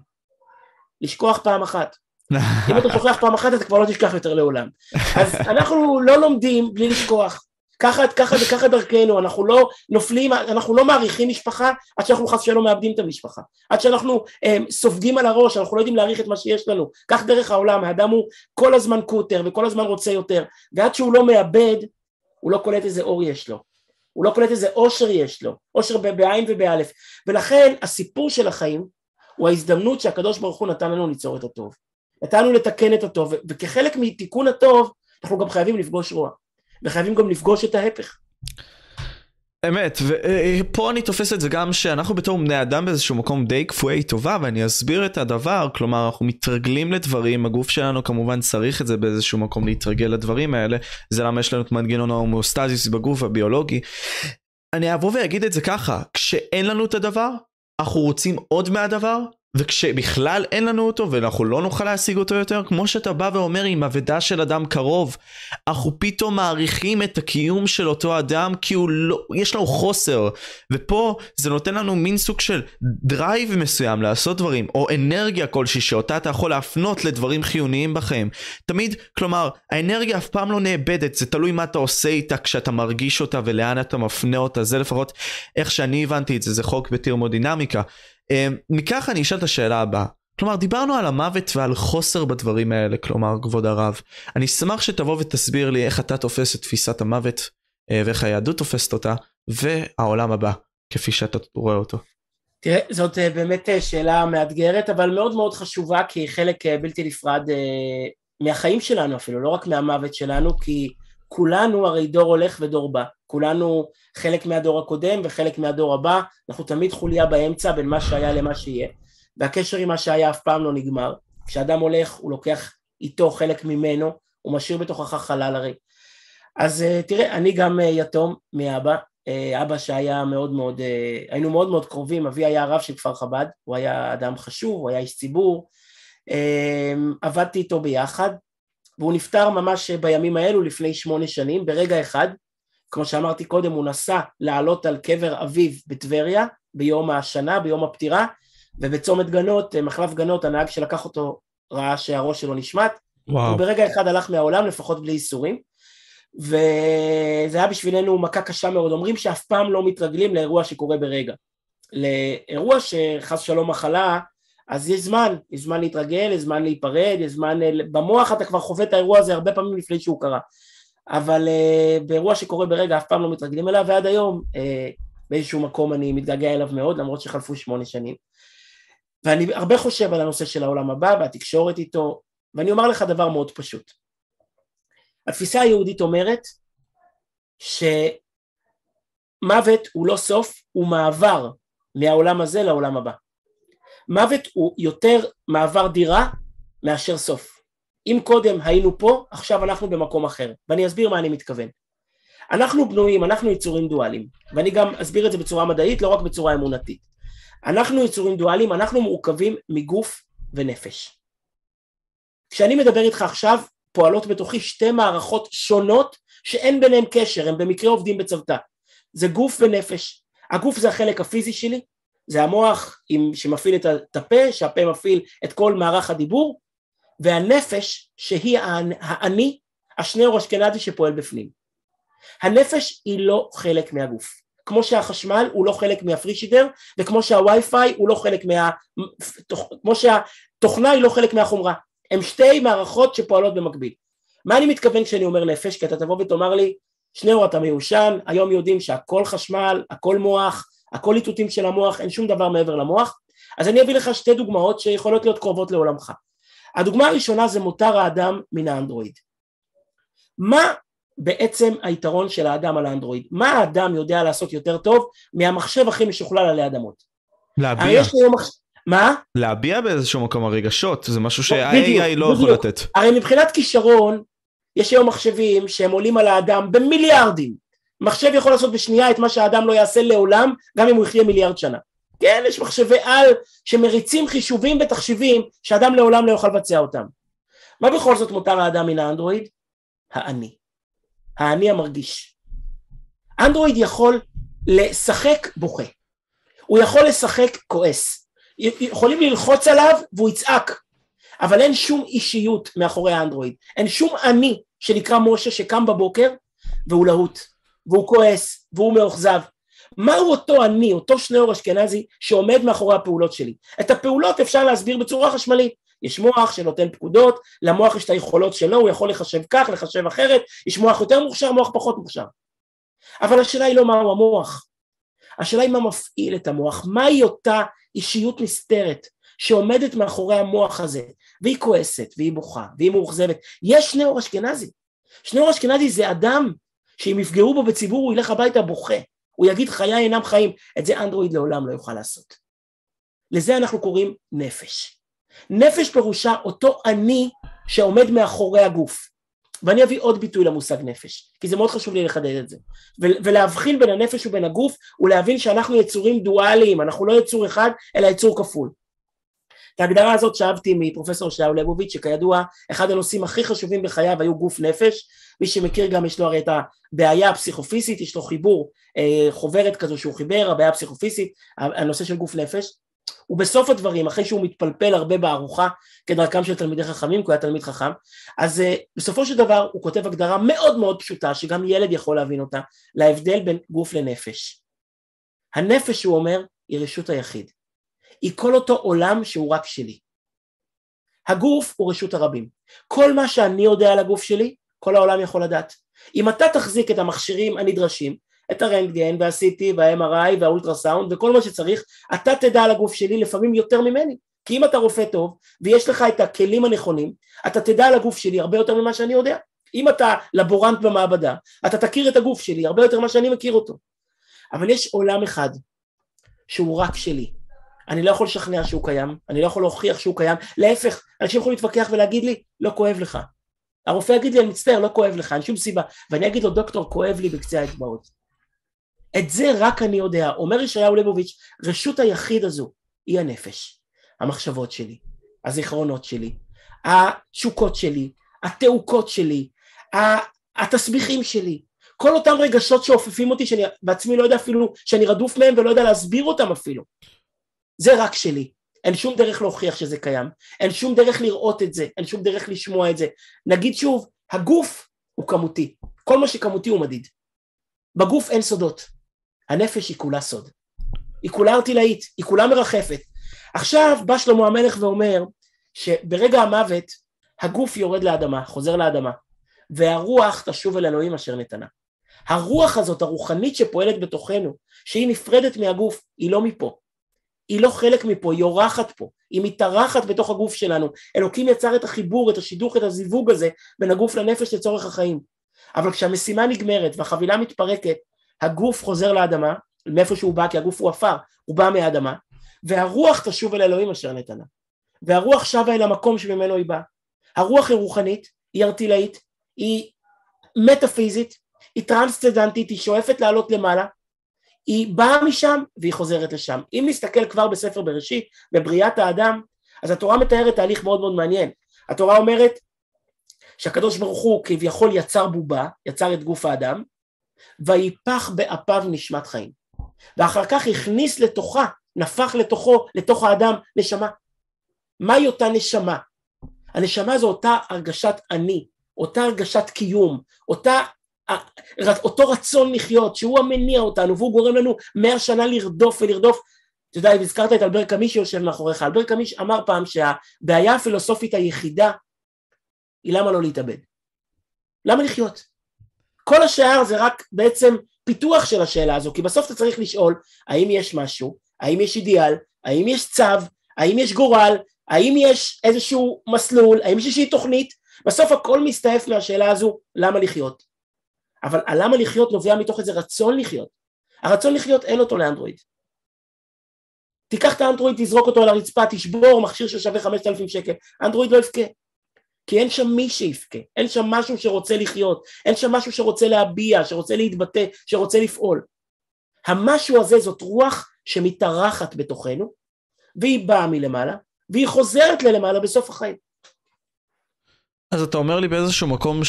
לשכוח פעם אחת. אם אתה שוכח פעם אחת, אתה כבר לא תשכח יותר לעולם. אז אנחנו לא לומדים בלי לשכוח. ככה, ככה וככה דרכנו, אנחנו לא נופלים, אנחנו לא מעריכים משפחה, עד שאנחנו חס שלא מאבדים את המשפחה. עד שאנחנו הם, סופגים על הראש, אנחנו לא יודעים להעריך את מה שיש לנו. כך דרך העולם, האדם הוא כל הזמן קוטר, וכל הזמן רוצה יותר. ועד שהוא לא מאבד, הוא לא קולט איזה אור יש לו. הוא לא קולט איזה אושר יש לו. אושר בעין ובאלף. ולכן הסיפור של החיים, הוא ההזדמנות שהקדוש ברוך הוא נתן לנו ליצור את הטוב. נתן לנו לתקן את הטוב, וכחלק מתיקון הטוב, אנחנו גם חייבים לפגוש רוע, וחייבים גם לפגוש את ההפך. אמת, ופה אני תופס את זה גם שאנחנו בתור בני אדם באיזשהו מקום די כפויי טובה, ואני אסביר את הדבר, כלומר אנחנו מתרגלים לדברים, הגוף שלנו כמובן צריך את זה באיזשהו מקום להתרגל לדברים האלה, זה למה יש לנו את מנגנון ההומאוסטזיס בגוף הביולוגי. אני אבוא ואגיד את זה ככה, כשאין לנו את הדבר, אנחנו רוצים עוד מהדבר, וכשבכלל אין לנו אותו ואנחנו לא נוכל להשיג אותו יותר, כמו שאתה בא ואומר עם עבודה של אדם קרוב, אנחנו פתאום מעריכים את הקיום של אותו אדם כי הוא לא, יש לנו חוסר, ופה זה נותן לנו מין סוג של דרייב מסוים לעשות דברים, או אנרגיה כלשהי שאותה אתה יכול להפנות לדברים חיוניים בכם. תמיד, כלומר, האנרגיה אף פעם לא נאבדת, זה תלוי מה אתה עושה איתה כשאתה מרגיש אותה ולאן אתה מפנה אותה, זה לפחות איך שאני הבנתי את זה, זה חוק בתרמודינמיקה. מכך אני אשאל את השאלה הבאה. כלומר, דיברנו על המוות ועל חוסר בדברים האלה, כלומר, כבוד הרב. אני אשמח שתבוא ותסביר לי איך אתה תופס את תפיסת המוות, ואיך היהדות תופסת אותה, והעולם הבא, כפי שאתה רואה אותו. תראה, זאת באמת שאלה מאתגרת, אבל מאוד מאוד חשובה, כי היא חלק בלתי נפרד מהחיים שלנו אפילו, לא רק מהמוות שלנו, כי כולנו הרי דור הולך ודור בא. כולנו חלק מהדור הקודם וחלק מהדור הבא, אנחנו תמיד חוליה באמצע בין מה שהיה למה שיהיה, והקשר עם מה שהיה אף פעם לא נגמר. כשאדם הולך, הוא לוקח איתו חלק ממנו, הוא משאיר בתוכך חלל הרי. אז תראה, אני גם יתום מאבא, אבא שהיה מאוד מאוד, היינו מאוד מאוד קרובים, אבי היה הרב של כפר חב"ד, הוא היה אדם חשוב, הוא היה איש ציבור, עבדתי איתו ביחד, והוא נפטר ממש בימים האלו לפני שמונה שנים, ברגע אחד, כמו שאמרתי קודם, הוא נסע לעלות על קבר אביו בטבריה, ביום השנה, ביום הפטירה, ובצומת גנות, מחלף גנות, הנהג שלקח אותו ראה שהראש שלו נשמט, הוא ברגע אחד הלך מהעולם, לפחות בלי איסורים, וזה היה בשבילנו מכה קשה מאוד, אומרים שאף פעם לא מתרגלים לאירוע שקורה ברגע, לאירוע שחס שלום מחלה, אז יש זמן, יש זמן להתרגל, יש זמן להיפרד, יש זמן, במוח אתה כבר חווה את האירוע הזה הרבה פעמים לפני שהוא קרה, אבל uh, באירוע שקורה ברגע אף פעם לא מתרגלים אליו, ועד היום uh, באיזשהו מקום אני מתגעגע אליו מאוד, למרות שחלפו שמונה שנים, ואני הרבה חושב על הנושא של העולם הבא, והתקשורת איתו, ואני אומר לך דבר מאוד פשוט, התפיסה היהודית אומרת, שמוות הוא לא סוף, הוא מעבר מהעולם הזה לעולם הבא, מוות הוא יותר מעבר דירה מאשר סוף. אם קודם היינו פה, עכשיו אנחנו במקום אחר, ואני אסביר מה אני מתכוון. אנחנו בנויים, אנחנו יצורים דואליים, ואני גם אסביר את זה בצורה מדעית, לא רק בצורה אמונתית. אנחנו יצורים דואליים, אנחנו מורכבים מגוף ונפש. כשאני מדבר איתך עכשיו, פועלות בתוכי שתי מערכות שונות, שאין ביניהם קשר, הם במקרה עובדים בצוותא. זה גוף ונפש. הגוף זה החלק הפיזי שלי, זה המוח שמפעיל את הפה, שהפה מפעיל את כל מערך הדיבור, והנפש שהיא האני, השניאור אשכנזי שפועל בפנים. הנפש היא לא חלק מהגוף, כמו שהחשמל הוא לא חלק מהפרישידר, וכמו שהווי-פיי הוא לא חלק מה... כמו שהתוכנה היא לא חלק מהחומרה, הם שתי מערכות שפועלות במקביל. מה אני מתכוון כשאני אומר נפש? כי אתה תבוא ותאמר לי, שניאור אתה מיושן, היום יודעים שהכל חשמל, הכל מוח, הכל איתותים של המוח, אין שום דבר מעבר למוח, אז אני אביא לך שתי דוגמאות שיכולות להיות קרובות לעולמך. הדוגמה הראשונה זה מותר האדם מן האנדרואיד. מה בעצם היתרון של האדם על האנדרואיד? מה האדם יודע לעשות יותר טוב מהמחשב הכי משוכלל עלי אדמות? להביע. מחש... מה? להביע באיזשהו מקום הרגשות, זה משהו שה-איי איי לא יכול לתת. הרי מבחינת כישרון, יש היום מחשבים שהם עולים על האדם במיליארדים, מחשב יכול לעשות בשנייה את מה שהאדם לא יעשה לעולם, גם אם הוא יחיה מיליארד שנה. כן, יש מחשבי על שמריצים חישובים ותחשיבים שהאדם לעולם לא יוכל לבצע אותם. מה בכל זאת מותר האדם מן האנדרואיד? האני. האני המרגיש. אנדרואיד יכול לשחק בוכה. הוא יכול לשחק כועס. יכולים ללחוץ עליו והוא יצעק. אבל אין שום אישיות מאחורי האנדרואיד. אין שום אני שנקרא משה שקם בבוקר והוא להוט. והוא כועס, והוא מאוכזב. מהו אותו אני, אותו שניאור אשכנזי, שעומד מאחורי הפעולות שלי? את הפעולות אפשר להסביר בצורה חשמלית. יש מוח שנותן פקודות, למוח יש את היכולות שלו, הוא יכול לחשב כך, לחשב אחרת, יש מוח יותר מוכשר, מוח פחות מוכשר. אבל השאלה היא לא מהו המוח. השאלה היא מה מפעיל את המוח, מהי אותה אישיות נסתרת, שעומדת מאחורי המוח הזה, והיא כועסת, והיא בוכה, והיא מאוכזבת. יש שניאור אשכנזי. שניאור אשכנזי זה אדם, שאם יפגעו בו בציבור הוא ילך הביתה בוכה, הוא יגיד חיי אינם חיים, את זה אנדרואיד לעולם לא יוכל לעשות. לזה אנחנו קוראים נפש. נפש פירושה אותו אני שעומד מאחורי הגוף, ואני אביא עוד ביטוי למושג נפש, כי זה מאוד חשוב לי לחדד את זה, ולהבחין בין הנפש ובין הגוף, ולהבין שאנחנו יצורים דואליים, אנחנו לא יצור אחד, אלא יצור כפול. את ההגדרה הזאת שאהבתי מפרופסור שאול ליבוביץ', שכידוע אחד הנושאים הכי חשובים בחייו היו גוף נפש, מי שמכיר גם יש לו הרי את הבעיה הפסיכופיסית, יש לו חיבור, חוברת כזו שהוא חיבר, הבעיה הפסיכופיסית, הנושא של גוף נפש, ובסוף הדברים, אחרי שהוא מתפלפל הרבה בארוחה, כדרכם של תלמידי חכמים, כי הוא היה תלמיד חכם, אז בסופו של דבר הוא כותב הגדרה מאוד מאוד פשוטה, שגם ילד יכול להבין אותה, להבדל בין גוף לנפש. הנפש, הוא אומר, היא רשות היחיד. היא כל אותו עולם שהוא רק שלי. הגוף הוא רשות הרבים. כל מה שאני יודע על הגוף שלי, כל העולם יכול לדעת. אם אתה תחזיק את המכשירים הנדרשים, את הרנטגן וה-סי טי וה-אם אר איי והאולטרסאונד וכל מה שצריך, אתה תדע על הגוף שלי לפעמים יותר ממני. כי אם אתה רופא טוב ויש לך את הכלים הנכונים, אתה תדע על הגוף שלי הרבה יותר ממה שאני יודע. אם אתה לבורנט במעבדה, אתה תכיר את הגוף שלי הרבה יותר ממה שאני מכיר אותו. אבל יש עולם אחד שהוא רק שלי. אני לא יכול לשכנע שהוא קיים, אני לא יכול להוכיח שהוא קיים, להפך, אנשים יכולים להתווכח ולהגיד לי, לא כואב לך. הרופא יגיד לי, אני מצטער, לא כואב לך, אין שום סיבה, ואני אגיד לו, דוקטור, כואב לי בקצה האצבעות. את זה רק אני יודע, אומר ישעיהו ליבוביץ', רשות היחיד הזו היא הנפש, המחשבות שלי, הזיכרונות שלי, התשוקות שלי, התעוקות שלי, התסביכים שלי, כל אותם רגשות שאופפים אותי, שאני בעצמי לא יודע אפילו, שאני רדוף מהם ולא יודע להסביר אותם אפילו. זה רק שלי, אין שום דרך להוכיח שזה קיים, אין שום דרך לראות את זה, אין שום דרך לשמוע את זה. נגיד שוב, הגוף הוא כמותי, כל מה שכמותי הוא מדיד. בגוף אין סודות, הנפש היא כולה סוד. היא כולה ארטילאית, היא כולה מרחפת. עכשיו בא שלמה המלך ואומר, שברגע המוות, הגוף יורד לאדמה, חוזר לאדמה, והרוח תשוב אל אלוהים אשר נתנה. הרוח הזאת, הרוחנית שפועלת בתוכנו, שהיא נפרדת מהגוף, היא לא מפה. היא לא חלק מפה, היא אורחת פה, היא מתארחת בתוך הגוף שלנו. אלוקים יצר את החיבור, את השידוך, את הזיווג הזה, בין הגוף לנפש לצורך החיים. אבל כשהמשימה נגמרת והחבילה מתפרקת, הגוף חוזר לאדמה, מאיפה שהוא בא, כי הגוף הוא עפר, הוא בא מהאדמה, והרוח תשוב אל אלוהים אשר נתנה. והרוח שבה אל המקום שממנו היא באה. הרוח היא רוחנית, היא ארטילאית, היא מטאפיזית, היא טרנסצדנטית, היא שואפת לעלות למעלה, היא באה משם והיא חוזרת לשם. אם נסתכל כבר בספר בראשית, בבריאת האדם, אז התורה מתארת תהליך מאוד מאוד מעניין. התורה אומרת שהקדוש ברוך הוא כביכול יצר בובה, יצר את גוף האדם, ויפח באפיו נשמת חיים. ואחר כך הכניס לתוכה, נפח לתוכו, לתוך האדם, נשמה. מהי אותה נשמה? הנשמה זו אותה הרגשת אני, אותה הרגשת קיום, אותה, אותו רצון לחיות, שהוא המניע אותנו, והוא גורם לנו מאה שנה לרדוף ולרדוף. אתה יודע, הזכרת את אלבר קאמי שיושב מאחוריך, אלבר קאמי אמר פעם שהבעיה הפילוסופית היחידה, היא למה לא להתאבד? למה לחיות? כל השאר זה רק בעצם פיתוח של השאלה הזו, כי בסוף אתה צריך לשאול, האם יש משהו, האם יש אידיאל, האם יש צו, האם יש גורל, האם יש איזשהו מסלול, האם יש איזושהי תוכנית, בסוף הכל מסתעף מהשאלה הזו, למה לחיות? אבל הלמה לחיות נובע מתוך איזה רצון לחיות. הרצון לחיות אין אותו לאנדרואיד. תיקח את האנדרואיד, תזרוק אותו על הרצפה, תשבור מכשיר ששווה חמשת אלפים שקל, אנדרואיד לא יפקה. כי אין שם מי שיפקה, אין שם משהו שרוצה לחיות, אין שם משהו שרוצה להביע, שרוצה להתבטא, שרוצה לפעול. המשהו הזה זאת רוח שמתארחת בתוכנו, והיא באה מלמעלה, והיא חוזרת ללמעלה בסוף החיים. אז אתה אומר לי באיזשהו מקום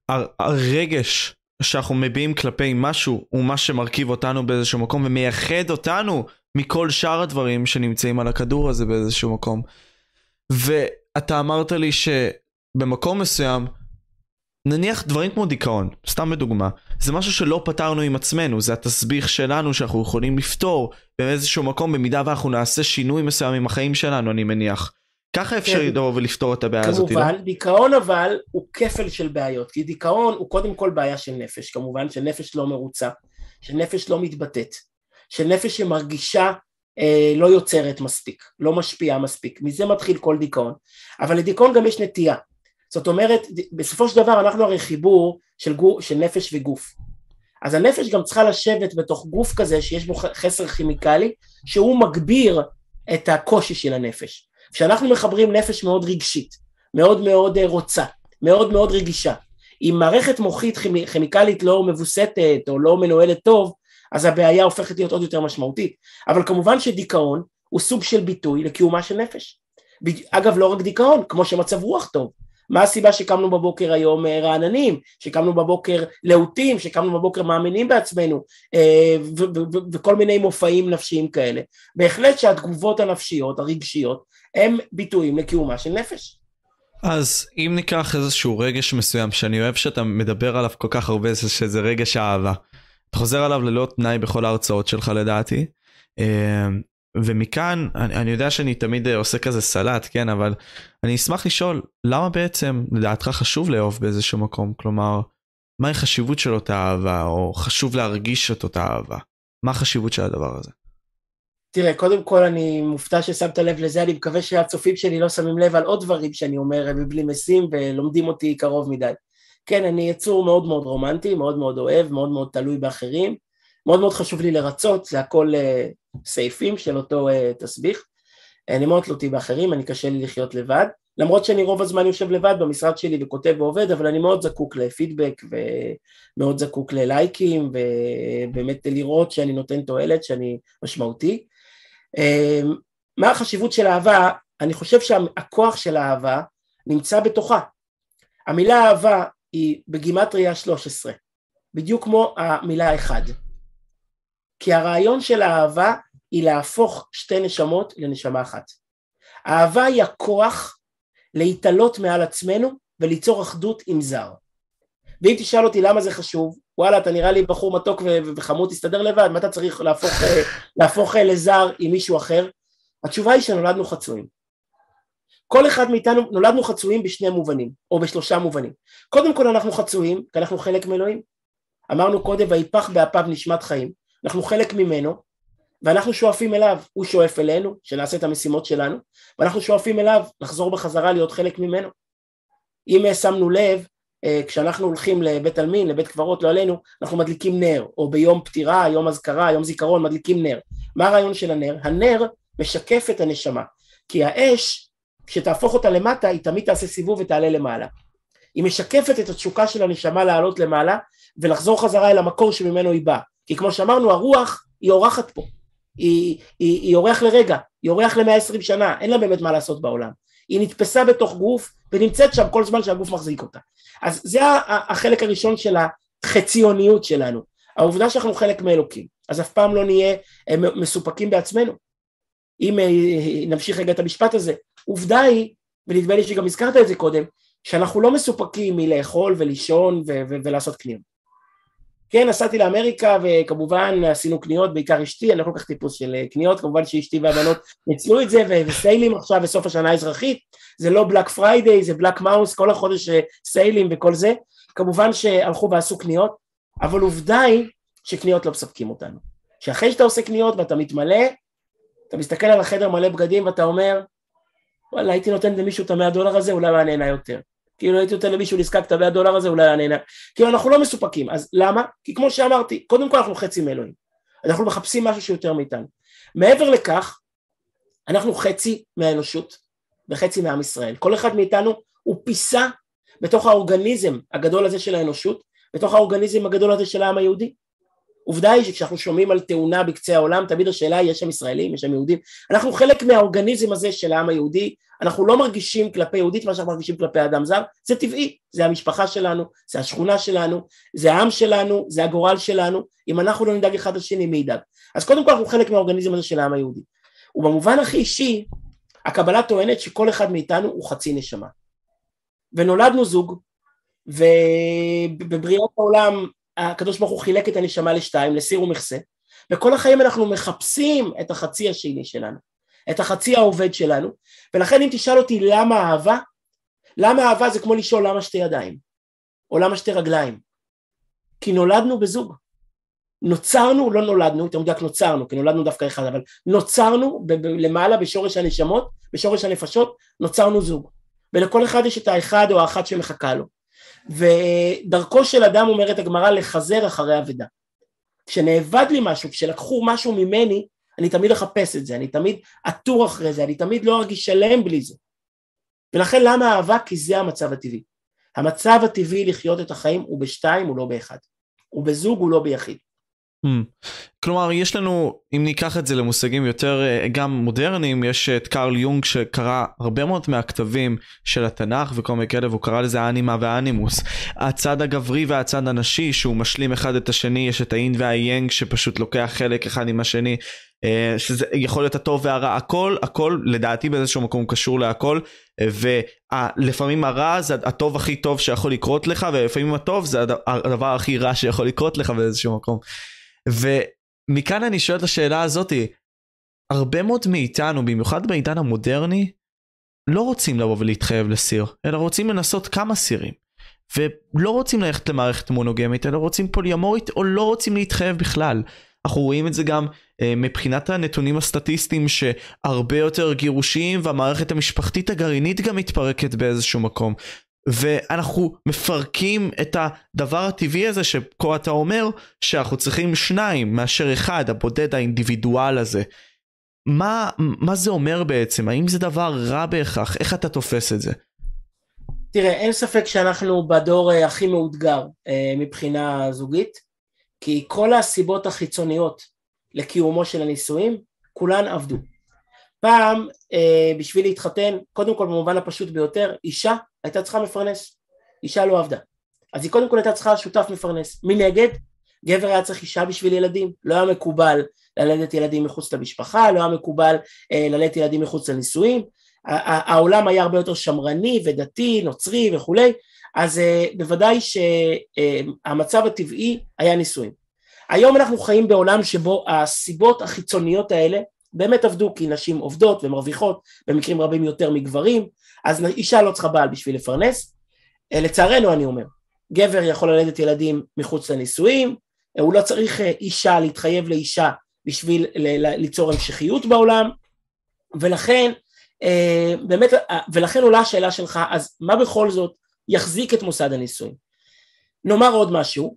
שהרגש שאנחנו מביעים כלפי משהו, הוא מה שמרכיב אותנו באיזשהו מקום, ומייחד אותנו מכל שאר הדברים שנמצאים על הכדור הזה באיזשהו מקום. ואתה אמרת לי שבמקום מסוים, נניח דברים כמו דיכאון, סתם בדוגמה, זה משהו שלא פתרנו עם עצמנו, זה התסביך שלנו שאנחנו יכולים לפתור באיזשהו מקום, במידה ואנחנו נעשה שינוי מסוים עם החיים שלנו, אני מניח. ככה אפשר לדור ולפתור את הבעיה הזאת. כמובן, דיכאון אבל הוא כפל של בעיות, כי דיכאון הוא קודם כל בעיה של נפש, כמובן שנפש לא מרוצה, שנפש לא מתבטאת, שנפש שמרגישה אה, לא יוצרת מספיק, לא משפיעה מספיק, מזה מתחיל כל דיכאון, אבל לדיכאון גם יש נטייה, זאת אומרת, בסופו של דבר אנחנו הרי חיבור של, גוף, של נפש וגוף, אז הנפש גם צריכה לשבת בתוך גוף כזה שיש בו חסר כימיקלי, שהוא מגביר את הקושי של הנפש. כשאנחנו מחברים נפש מאוד רגשית, מאוד מאוד רוצה, מאוד מאוד רגישה, עם מערכת מוחית כימיקלית לא מבוסתת או לא מנוהלת טוב, אז הבעיה הופכת להיות עוד יותר משמעותית. אבל כמובן שדיכאון הוא סוג של ביטוי לקיומה של נפש. אגב, לא רק דיכאון, כמו שמצב רוח טוב. מה הסיבה שקמנו בבוקר היום רעננים, שקמנו בבוקר להוטים, שקמנו בבוקר מאמינים בעצמנו, וכל מיני מופעים נפשיים כאלה. בהחלט שהתגובות הנפשיות, הרגשיות, הם ביטויים לקיומה של נפש. אז אם ניקח איזשהו רגש מסוים, שאני אוהב שאתה מדבר עליו כל כך הרבה, שזה רגש האהבה. אתה חוזר עליו ללא תנאי בכל ההרצאות שלך לדעתי, ומכאן, אני, אני יודע שאני תמיד עושה כזה סלט, כן, אבל אני אשמח לשאול, למה בעצם לדעתך חשוב לאהוב באיזשהו מקום? כלומר, מהי חשיבות של אותה אהבה, או חשוב להרגיש את אותה אהבה? מה החשיבות של הדבר הזה? תראה, קודם כל אני מופתע ששמת לב לזה, אני מקווה שהצופים שלי לא שמים לב על עוד דברים שאני אומר, מבלי משים ולומדים אותי קרוב מדי. כן, אני יצור מאוד מאוד רומנטי, מאוד מאוד אוהב, מאוד מאוד תלוי באחרים, מאוד מאוד חשוב לי לרצות, זה הכל uh, סעיפים של אותו uh, תסביך, אני מאוד תלותי באחרים, אני קשה לי לחיות לבד, למרות שאני רוב הזמן יושב לבד במשרד שלי וכותב ועובד, אבל אני מאוד זקוק לפידבק, ומאוד זקוק ללייקים, ובאמת לראות שאני נותן תועלת, שאני משמעותי. Uh, מה החשיבות של אהבה? אני חושב שהכוח של האהבה נמצא בתוכה. המילה אהבה היא בגימטריה שלוש עשרה, בדיוק כמו המילה אחד. כי הרעיון של האהבה היא להפוך שתי נשמות לנשמה אחת. האהבה היא הכוח להתעלות מעל עצמנו וליצור אחדות עם זר. ואם תשאל אותי למה זה חשוב, וואלה, אתה נראה לי בחור מתוק וחמוד, תסתדר לבד, מה אתה צריך להפוך, להפוך לזר עם מישהו אחר? התשובה היא שנולדנו חצויים. כל אחד מאיתנו, נולדנו חצויים בשני מובנים, או בשלושה מובנים. קודם כל אנחנו חצויים, כי אנחנו חלק מאלוהים. אמרנו קודם, ויפח באפיו נשמת חיים, אנחנו חלק ממנו, ואנחנו שואפים אליו, הוא שואף אלינו, שנעשה את המשימות שלנו, ואנחנו שואפים אליו, לחזור בחזרה להיות חלק ממנו. אם שמנו לב, כשאנחנו הולכים לבית עלמין, לבית קברות, לא עלינו, אנחנו מדליקים נר, או ביום פטירה, יום הזכרה, יום זיכרון, מדליקים נר. מה הרעיון של הנר? הנר משקף את הנשמה, כי האש, כשתהפוך אותה למטה, היא תמיד תעשה סיבוב ותעלה למעלה. היא משקפת את התשוקה של הנשמה לעלות למעלה, ולחזור חזרה אל המקור שממנו היא באה. כי כמו שאמרנו, הרוח היא אורחת פה. היא, היא, היא אורח לרגע, היא אורח ל-מאה ועשרים שנה, אין לה באמת מה לעשות בעולם. היא נתפסה בתוך גוף, ונמצאת שם כל זמן שהגוף מחזיק אותה. אז זה החלק הראשון של החציוניות שלנו. העובדה שאנחנו חלק מאלוקים, אז אף פעם לא נהיה מסופקים בעצמנו. אם נמשיך רגע את המשפט הזה, עובדה היא, ונדמה לי שגם הזכרת את זה קודם, שאנחנו לא מסופקים מלאכול ולישון ו- ו- ולעשות קניות. כן, נסעתי לאמריקה וכמובן עשינו קניות, בעיקר אשתי, אני לא כל כך טיפוס של קניות, כמובן שאשתי והבנות ניצלו את זה, וסיילים עכשיו בסוף השנה האזרחית, זה לא בלק פריידיי, זה בלק מאוס, כל החודש סיילים וכל זה, כמובן שהלכו ועשו קניות, אבל עובדה היא שקניות לא מספקים אותנו. שאחרי שאתה עושה קניות ואתה מתמלא, אתה מסתכל על החדר מלא בגדים ואתה אומר, וואלה, הייתי נותן למישהו את המאה דולר הזה, אולי הוא נהנה יותר. כאילו הייתי נותן למישהו לזקק את המאה דולר הזה, אולי הוא נהנה. כאילו אנחנו לא מסופקים. אז למה? כי כמו שאמרתי, קודם כל אנחנו חצי מאלוהים. אנחנו מחפשים משהו שיותר מאיתנו. מעבר לכך, אנחנו חצי מהאנושות וחצי מעם ישראל. כל אחד מאיתנו הוא פיסה בתוך האורגניזם הגדול הזה של האנושות, בתוך האורגניזם הגדול הזה של העם היהודי. עובדה היא שכשאנחנו שומעים על תאונה בקצה העולם, תמיד השאלה היא, יש שם ישראלים, יש שם יהודים, אנחנו חלק מהאורגניזם הזה של העם היהודי, אנחנו לא מרגישים כלפי יהודית מה שאנחנו מרגישים כלפי האדם זר, זה טבעי, זה המשפחה שלנו, זה השכונה שלנו, זה העם שלנו, זה הגורל שלנו, אם אנחנו לא נדאג אחד לשני, מי ידאג? אז קודם כל אנחנו חלק מהאורגניזם הזה של העם היהודי, ובמובן הכי אישי, הקבלה טוענת שכל אחד מאיתנו הוא חצי נשמה, ונולדנו זוג, ובבריאת העולם, הקדוש ברוך הוא חילק את הנשמה לשתיים, לסיר ומכסה, וכל החיים אנחנו מחפשים את החצי השני שלנו, את החצי העובד שלנו, ולכן אם תשאל אותי למה אהבה, למה אהבה זה כמו לשאול למה שתי ידיים, או למה שתי רגליים, כי נולדנו בזוג, נוצרנו, לא נולדנו, יותר מדויק נוצרנו, כי נולדנו דווקא אחד, אבל נוצרנו ב- ב- למעלה בשורש הנשמות, בשורש הנפשות, נוצרנו זוג, ולכל אחד יש את האחד או האחת שמחכה לו, ודרכו של אדם אומרת הגמרא לחזר אחרי אבדה, כשנאבד לי משהו, כשלקחו משהו ממני, אני תמיד אחפש את זה, אני תמיד אטור אחרי זה, אני תמיד לא ארגיש שלם בלי זה, ולכן למה אהבה? כי זה המצב הטבעי, המצב הטבעי לחיות את החיים הוא בשתיים, הוא לא באחד, הוא בזוג, הוא לא ביחיד. כלומר, יש לנו, אם ניקח את זה למושגים יותר גם מודרניים, יש את קארל יונג שקרא הרבה מאוד מהכתבים של התנ"ך וכל מיני כאלה, והוא קרא לזה האנימה והאנימוס, הצד הגברי והצד הנשי שהוא משלים אחד את השני, יש את האין והיאנג שפשוט לוקח חלק אחד עם השני, שזה יכול להיות הטוב והרע, הכל, הכל לדעתי באיזשהו מקום קשור להכל, ולפעמים הרע זה הטוב הכי טוב שיכול לקרות לך, ולפעמים הטוב זה הדבר הכי רע שיכול לקרות לך באיזשהו מקום. ומכאן אני שואל את השאלה הזאת, הרבה מאוד מאיתנו, במיוחד בעידן המודרני, לא רוצים לבוא ולהתחייב לסיר, אלא רוצים לנסות כמה סירים, ולא רוצים ללכת למערכת מונוגמית, אלא רוצים פוליאמורית, או לא רוצים להתחייב בכלל. אנחנו רואים את זה גם אה, מבחינת הנתונים הסטטיסטיים, שהרבה יותר גירושים, והמערכת המשפחתית הגרעינית גם מתפרקת באיזשהו מקום. ואנחנו מפרקים את הדבר הטבעי הזה שכה אתה אומר שאנחנו צריכים שניים מאשר אחד, הבודד האינדיבידואל הזה. מה, מה זה אומר בעצם? האם זה דבר רע בהכרח? איך אתה תופס את זה? תראה, אין ספק שאנחנו בדור הכי מאותגר מבחינה זוגית, כי כל הסיבות החיצוניות לקיומו של הנישואים, כולן עבדו. פעם, בשביל להתחתן, קודם כל במובן הפשוט ביותר, אישה הייתה צריכה מפרנס, אישה לא עבדה. אז היא קודם כל הייתה צריכה שותף מפרנס. מנגד, גבר היה צריך אישה בשביל ילדים, לא היה מקובל ללדת ילדים מחוץ למשפחה, לא היה מקובל ללדת ילדים מחוץ לנישואים, העולם היה הרבה יותר שמרני ודתי, נוצרי וכולי, אז uh, בוודאי שהמצב uh, הטבעי היה נישואים. היום אנחנו חיים בעולם שבו הסיבות החיצוניות האלה באמת עבדו, כי נשים עובדות ומרוויחות במקרים רבים יותר מגברים, אז אישה לא צריכה בעל בשביל לפרנס. לצערנו אני אומר, גבר יכול ללדת ילדים מחוץ לנישואים, הוא לא צריך אישה להתחייב לאישה בשביל ליצור המשכיות בעולם, ולכן באמת, ולכן עולה השאלה שלך, אז מה בכל זאת יחזיק את מוסד הנישואים? נאמר עוד משהו,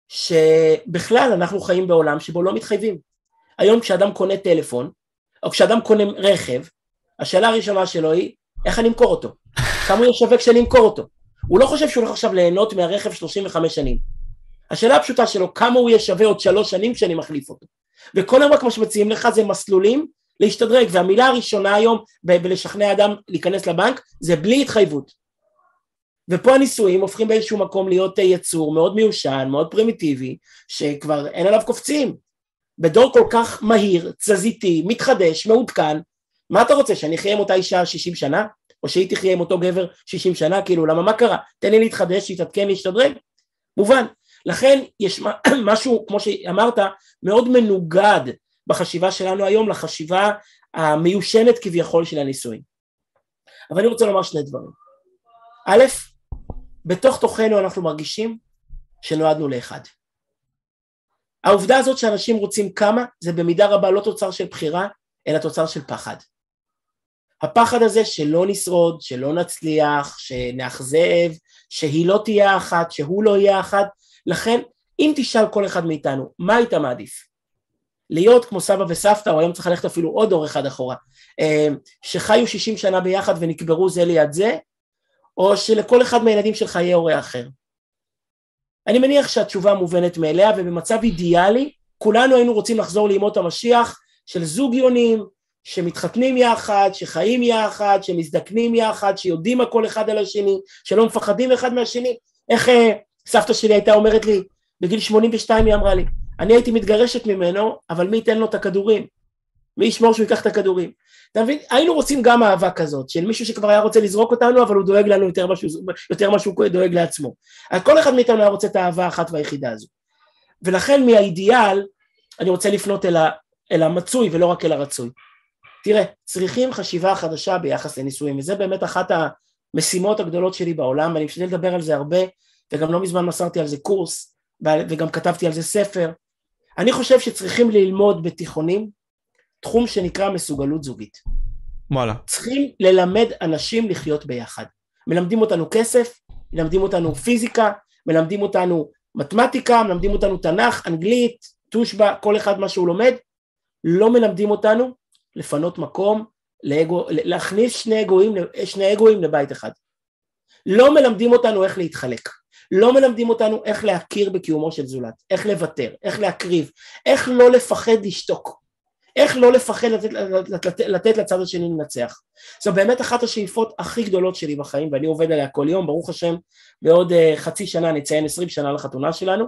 שבכלל אנחנו חיים בעולם שבו לא מתחייבים. היום כשאדם קונה טלפון, או כשאדם קונה רכב, השאלה הראשונה שלו היא, איך אני אמכור אותו? כמה הוא ישווה כשאני אמכור אותו? הוא לא חושב שהוא הולך עכשיו ליהנות מהרכב שלושים וחמש שנים. השאלה הפשוטה שלו, כמה הוא ישווה עוד שלוש שנים כשאני מחליף אותו? וכל דבר כמו שמציעים לך זה מסלולים להשתדרג, והמילה הראשונה היום בלשכנע אדם להיכנס לבנק, זה בלי התחייבות. ופה הנישואים הופכים באיזשהו מקום להיות יצור מאוד מיושן, מאוד פרימיטיבי, שכבר אין עליו קופצים. בדור כל כך מהיר, תזזיתי, מתחדש, מעודכן, מה אתה רוצה, שאני אחיה עם אותה אישה שישים שנה? או שהיא תחיה עם אותו גבר שישים שנה? כאילו, למה, מה קרה? תן לי להתחדש, להתעדכן, להשתדרג? מובן. לכן יש משהו, כמו שאמרת, מאוד מנוגד בחשיבה שלנו היום, לחשיבה המיושנת כביכול של הנישואים. אבל אני רוצה לומר שני דברים. א', בתוך תוכנו אנחנו מרגישים שנועדנו לאחד. העובדה הזאת שאנשים רוצים כמה, זה במידה רבה לא תוצר של בחירה, אלא תוצר של פחד. הפחד הזה שלא נשרוד, שלא נצליח, שנאכזב, שהיא לא תהיה אחת, שהוא לא יהיה אחת. לכן, אם תשאל כל אחד מאיתנו, מה היית מעדיף? להיות כמו סבא וסבתא, או היום צריך ללכת אפילו עוד דור אחד אחורה, שחיו שישים שנה ביחד ונקברו זה ליד זה, או שלכל אחד מהילדים שלך יהיה הורה אחר. אני מניח שהתשובה מובנת מאליה, ובמצב אידיאלי, כולנו היינו רוצים לחזור לימות המשיח, של זוג יונים, שמתחתנים יחד, שחיים יחד, שמזדקנים יחד, שיודעים הכל אחד על השני, שלא מפחדים אחד מהשני. איך סבתא שלי הייתה אומרת לי, בגיל שמונים ושתיים היא אמרה לי, אני הייתי מתגרשת ממנו, אבל מי ייתן לו את הכדורים? מי ישמור שהוא ייקח את הכדורים? אתה מבין? היינו רוצים גם אהבה כזאת, של מישהו שכבר היה רוצה לזרוק אותנו, אבל הוא דואג לנו יותר משהו, יותר משהו דואג לעצמו. כל אחד מאיתנו היה רוצה את האהבה האחת והיחידה הזו. ולכן מהאידיאל, אני רוצה לפנות אל, ה, אל המצוי ולא רק אל הרצוי. תראה, צריכים חשיבה חדשה ביחס לנישואים, וזה באמת אחת המשימות הגדולות שלי בעולם, ואני משתדל לדבר על זה הרבה, וגם לא מזמן מסרתי על זה קורס, וגם כתבתי על זה ספר. אני חושב שצריכים ללמוד בתיכונים, תחום שנקרא מסוגלות זוגית. וואלה. צריכים ללמד אנשים לחיות ביחד. מלמדים אותנו כסף, מלמדים אותנו פיזיקה, מלמדים אותנו מתמטיקה, מלמדים אותנו תנ"ך, אנגלית, תושבע, כל אחד מה שהוא לומד, לא מלמדים אותנו לפנות מקום, לאגו, להכניס שני אגואים, שני אגואים לבית אחד. לא מלמדים אותנו איך להתחלק. לא מלמדים אותנו איך להכיר בקיומו של זולת, איך לוותר, איך להקריב, איך לא לפחד לשתוק. איך לא לפחד לתת, לתת, לתת לצד השני לנצח. זו באמת אחת השאיפות הכי גדולות שלי בחיים, ואני עובד עליה כל יום, ברוך השם, בעוד uh, חצי שנה, נציין עשרים שנה לחתונה שלנו,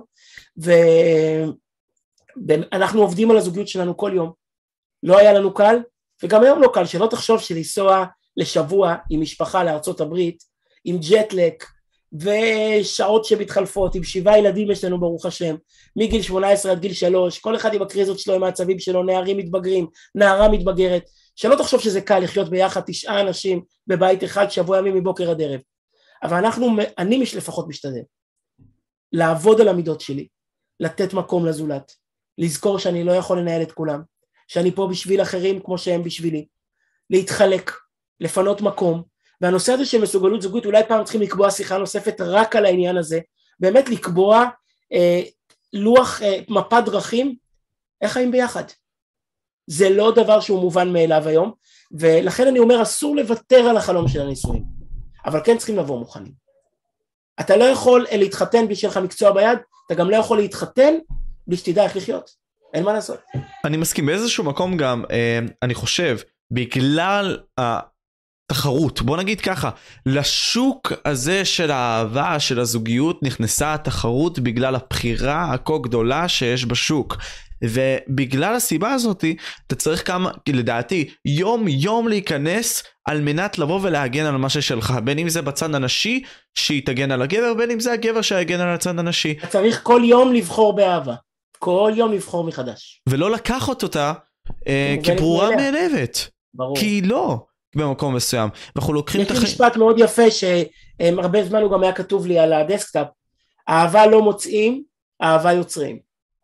ואנחנו עובדים על הזוגיות שלנו כל יום. לא היה לנו קל, וגם היום לא קל, שלא תחשוב שלנסוע לשבוע עם משפחה לארצות הברית, עם ג'טלק, ושעות שמתחלפות, עם שבעה ילדים יש לנו ברוך השם, מגיל שמונה עשרה עד גיל שלוש, כל אחד עם הקריזות שלו, עם העצבים שלו, נערים מתבגרים, נערה מתבגרת, שלא תחשוב שזה קל לחיות ביחד תשעה אנשים בבית אחד, שבוע ימים מבוקר עד ערב, אבל אנחנו, אני לפחות משתדל, לעבוד על המידות שלי, לתת מקום לזולת, לזכור שאני לא יכול לנהל את כולם, שאני פה בשביל אחרים כמו שהם בשבילי, להתחלק, לפנות מקום, והנושא הזה של מסוגלות זוגית, אולי פעם צריכים לקבוע שיחה נוספת רק על העניין הזה, באמת לקבוע אה, לוח, אה, מפת דרכים, איך חיים ביחד. זה לא דבר שהוא מובן מאליו היום, ולכן אני אומר, אסור לוותר על החלום של הנישואים, אבל כן צריכים לבוא מוכנים. אתה לא יכול להתחתן בלי שיהיה לך מקצוע ביד, אתה גם לא יכול להתחתן בלי שתדע איך לחיות, אין מה לעשות. אני מסכים, באיזשהו מקום גם, אה, אני חושב, בגלל ה... תחרות, בוא נגיד ככה, לשוק הזה של האהבה, של הזוגיות, נכנסה התחרות בגלל הבחירה הכה גדולה שיש בשוק, ובגלל הסיבה הזאת, אתה צריך כמה, לדעתי, יום יום להיכנס על מנת לבוא ולהגן על מה ששלך, בין אם זה בצד הנשי שהיא תגן על הגבר, בין אם זה הגבר שיגן על הצד הנשי. אתה צריך כל יום לבחור באהבה, כל יום לבחור מחדש. ולא לקחת אותה אה, כברורה מאלבת. ברור. כי היא לא במקום מסוים. ואנחנו לוקחים יש לי משפט מאוד יפה שהרבה זמן הוא גם היה כתוב לי על הדסקטאפ, אהבה לא מוצאים, אהבה יוצרים.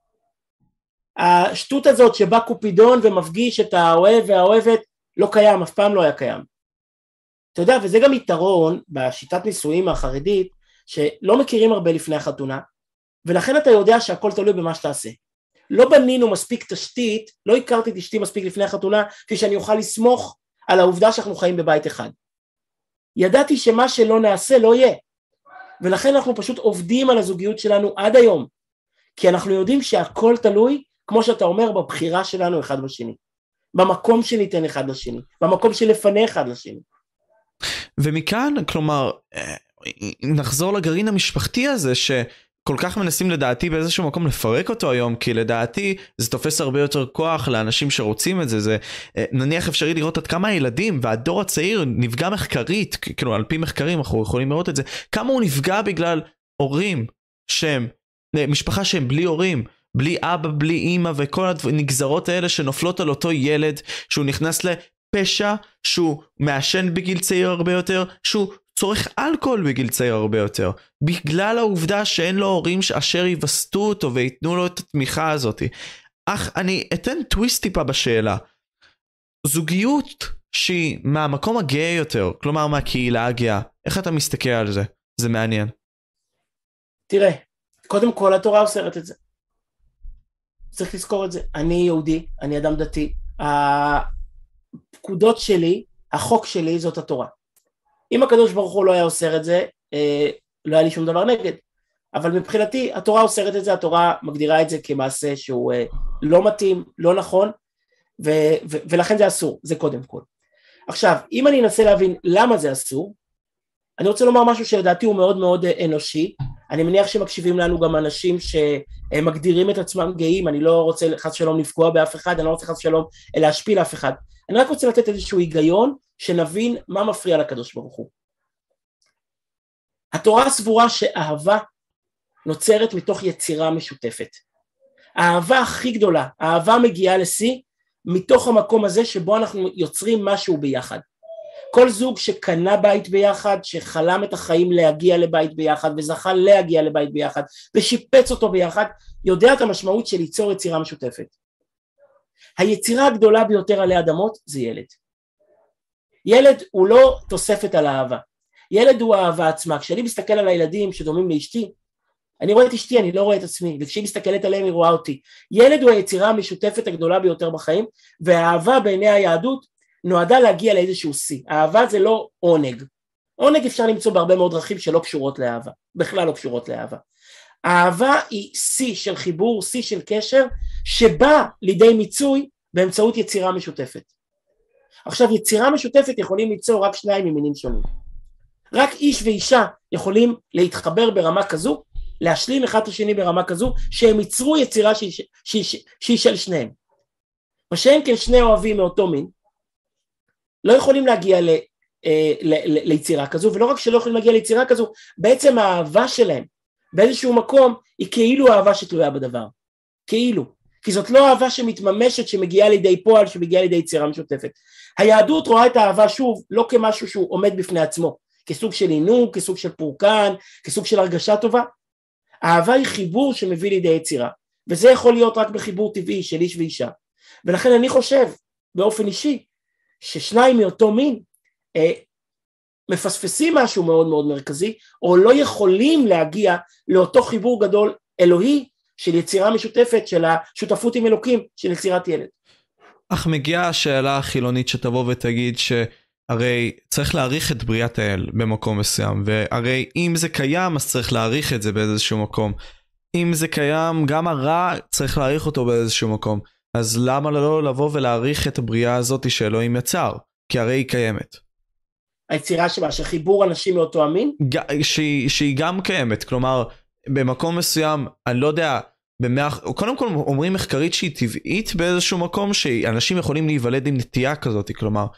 השטות הזאת שבה קופידון ומפגיש את האוהב והאוהבת לא קיים, אף פעם לא היה קיים. אתה יודע, וזה גם יתרון בשיטת נישואים החרדית, שלא מכירים הרבה לפני החתונה, ולכן אתה יודע שהכל תלוי במה שתעשה. לא בנינו מספיק תשתית, לא הכרתי את אשתי מספיק לפני החתונה, כפי שאני אוכל לסמוך על העובדה שאנחנו חיים בבית אחד. ידעתי שמה שלא נעשה לא יהיה, ולכן אנחנו פשוט עובדים על הזוגיות שלנו עד היום, כי אנחנו יודעים שהכל תלוי, כמו שאתה אומר, בבחירה שלנו אחד בשני, במקום שניתן אחד לשני, במקום שלפנה אחד לשני. ומכאן, כלומר, נחזור לגרעין המשפחתי הזה, שכל כך מנסים לדעתי באיזשהו מקום לפרק אותו היום, כי לדעתי זה תופס הרבה יותר כוח לאנשים שרוצים את זה, זה נניח אפשרי לראות עד כמה הילדים והדור הצעיר נפגע מחקרית, כאילו על פי מחקרים אנחנו יכולים לראות את זה, כמה הוא נפגע בגלל הורים שהם, משפחה שהם בלי הורים, בלי אבא, בלי אמא, וכל הנגזרות האלה שנופלות על אותו ילד, שהוא נכנס לפשע, שהוא מעשן בגיל צעיר הרבה יותר, שהוא צורך אלכוהול בגיל צעיר הרבה יותר, בגלל העובדה שאין לו הורים אשר יווסתו אותו ויתנו לו את התמיכה הזאת. אך אני אתן טוויסט טיפה בשאלה, זוגיות שהיא מהמקום הגאה יותר, כלומר מהקהילה הגאה, איך אתה מסתכל על זה? זה מעניין. תראה, קודם כל התורה אוסרת את זה. צריך לזכור את זה. אני יהודי, אני אדם דתי. הפקודות שלי, החוק שלי זאת התורה. אם הקדוש ברוך הוא לא היה אוסר את זה, לא היה לי שום דבר נגד. אבל מבחינתי, התורה אוסרת את זה, התורה מגדירה את זה כמעשה שהוא לא מתאים, לא נכון, ו- ו- ולכן זה אסור, זה קודם כל. עכשיו, אם אני אנסה להבין למה זה אסור, אני רוצה לומר משהו שלדעתי הוא מאוד מאוד אנושי, אני מניח שמקשיבים לנו גם אנשים שמגדירים את עצמם גאים, אני לא רוצה חס שלום לפגוע באף אחד, אני לא רוצה חס שלום להשפיל אף אחד, אני רק רוצה לתת איזשהו היגיון, שנבין מה מפריע לקדוש ברוך הוא. התורה סבורה שאהבה נוצרת מתוך יצירה משותפת. האהבה הכי גדולה, האהבה מגיעה לשיא, מתוך המקום הזה שבו אנחנו יוצרים משהו ביחד. כל זוג שקנה בית ביחד, שחלם את החיים להגיע לבית ביחד, וזכה להגיע לבית ביחד, ושיפץ אותו ביחד, יודע את המשמעות של ליצור יצירה משותפת. היצירה הגדולה ביותר עלי אדמות זה ילד. ילד הוא לא תוספת על האהבה. ילד הוא האהבה עצמה. כשאני מסתכל על הילדים שדומים לאשתי, אני רואה את אשתי, אני לא רואה את עצמי, וכשהיא מסתכלת עליהם היא רואה אותי. ילד הוא היצירה המשותפת הגדולה ביותר בחיים, והאהבה בעיני היהדות נועדה להגיע לאיזשהו שיא. אהבה זה לא עונג. עונג אפשר למצוא בהרבה מאוד דרכים שלא קשורות לאהבה, בכלל לא קשורות לאהבה. האהבה היא שיא של חיבור, שיא של קשר, שבא לידי מיצוי באמצעות יצירה משותפת. עכשיו, יצירה משותפת יכולים ליצור רק שניים ממינים שונים. רק איש ואישה יכולים להתחבר ברמה כזו, להשלים אחד את השני ברמה כזו, שהם ייצרו יצירה שהיא, שהיא, שהיא של שניהם. מה שאין כן שני אוהבים מאותו מין, לא יכולים להגיע ל, ל, ל, ליצירה כזו, ולא רק שלא יכולים להגיע ליצירה כזו, בעצם האהבה שלהם, באיזשהו מקום, היא כאילו אהבה שתלויה בדבר. כאילו. כי זאת לא אהבה שמתממשת, שמגיעה לידי פועל, שמגיעה לידי יצירה משותפת. היהדות רואה את האהבה שוב, לא כמשהו שהוא עומד בפני עצמו, כסוג של עינוג, כסוג של פורקן, כסוג של הרגשה טובה. האהבה היא חיבור שמביא לידי יצירה, וזה יכול להיות רק בחיבור טבעי של איש ואישה. ולכן אני חושב, באופן אישי, ששניים מאותו מין, אה, מפספסים משהו מאוד מאוד מרכזי, או לא יכולים להגיע לאותו חיבור גדול אלוהי, של יצירה משותפת, של השותפות עם אלוקים, של יצירת ילד. אך מגיעה השאלה החילונית שתבוא ותגיד שהרי צריך להעריך את בריאת האל במקום מסוים, והרי אם זה קיים אז צריך להעריך את זה באיזשהו מקום. אם זה קיים, גם הרע צריך להעריך אותו באיזשהו מקום. אז למה לא לבוא ולהעריך את הבריאה הזאת שאלוהים יצר? כי הרי היא קיימת. היצירה שמה, שחיבור אנשים מאותו המין? שהיא, שהיא גם קיימת, כלומר, במקום מסוים, אני לא יודע, במח... קודם כל אומרים מחקרית שהיא טבעית באיזשהו מקום, שאנשים יכולים להיוולד עם נטייה כזאת, כלומר,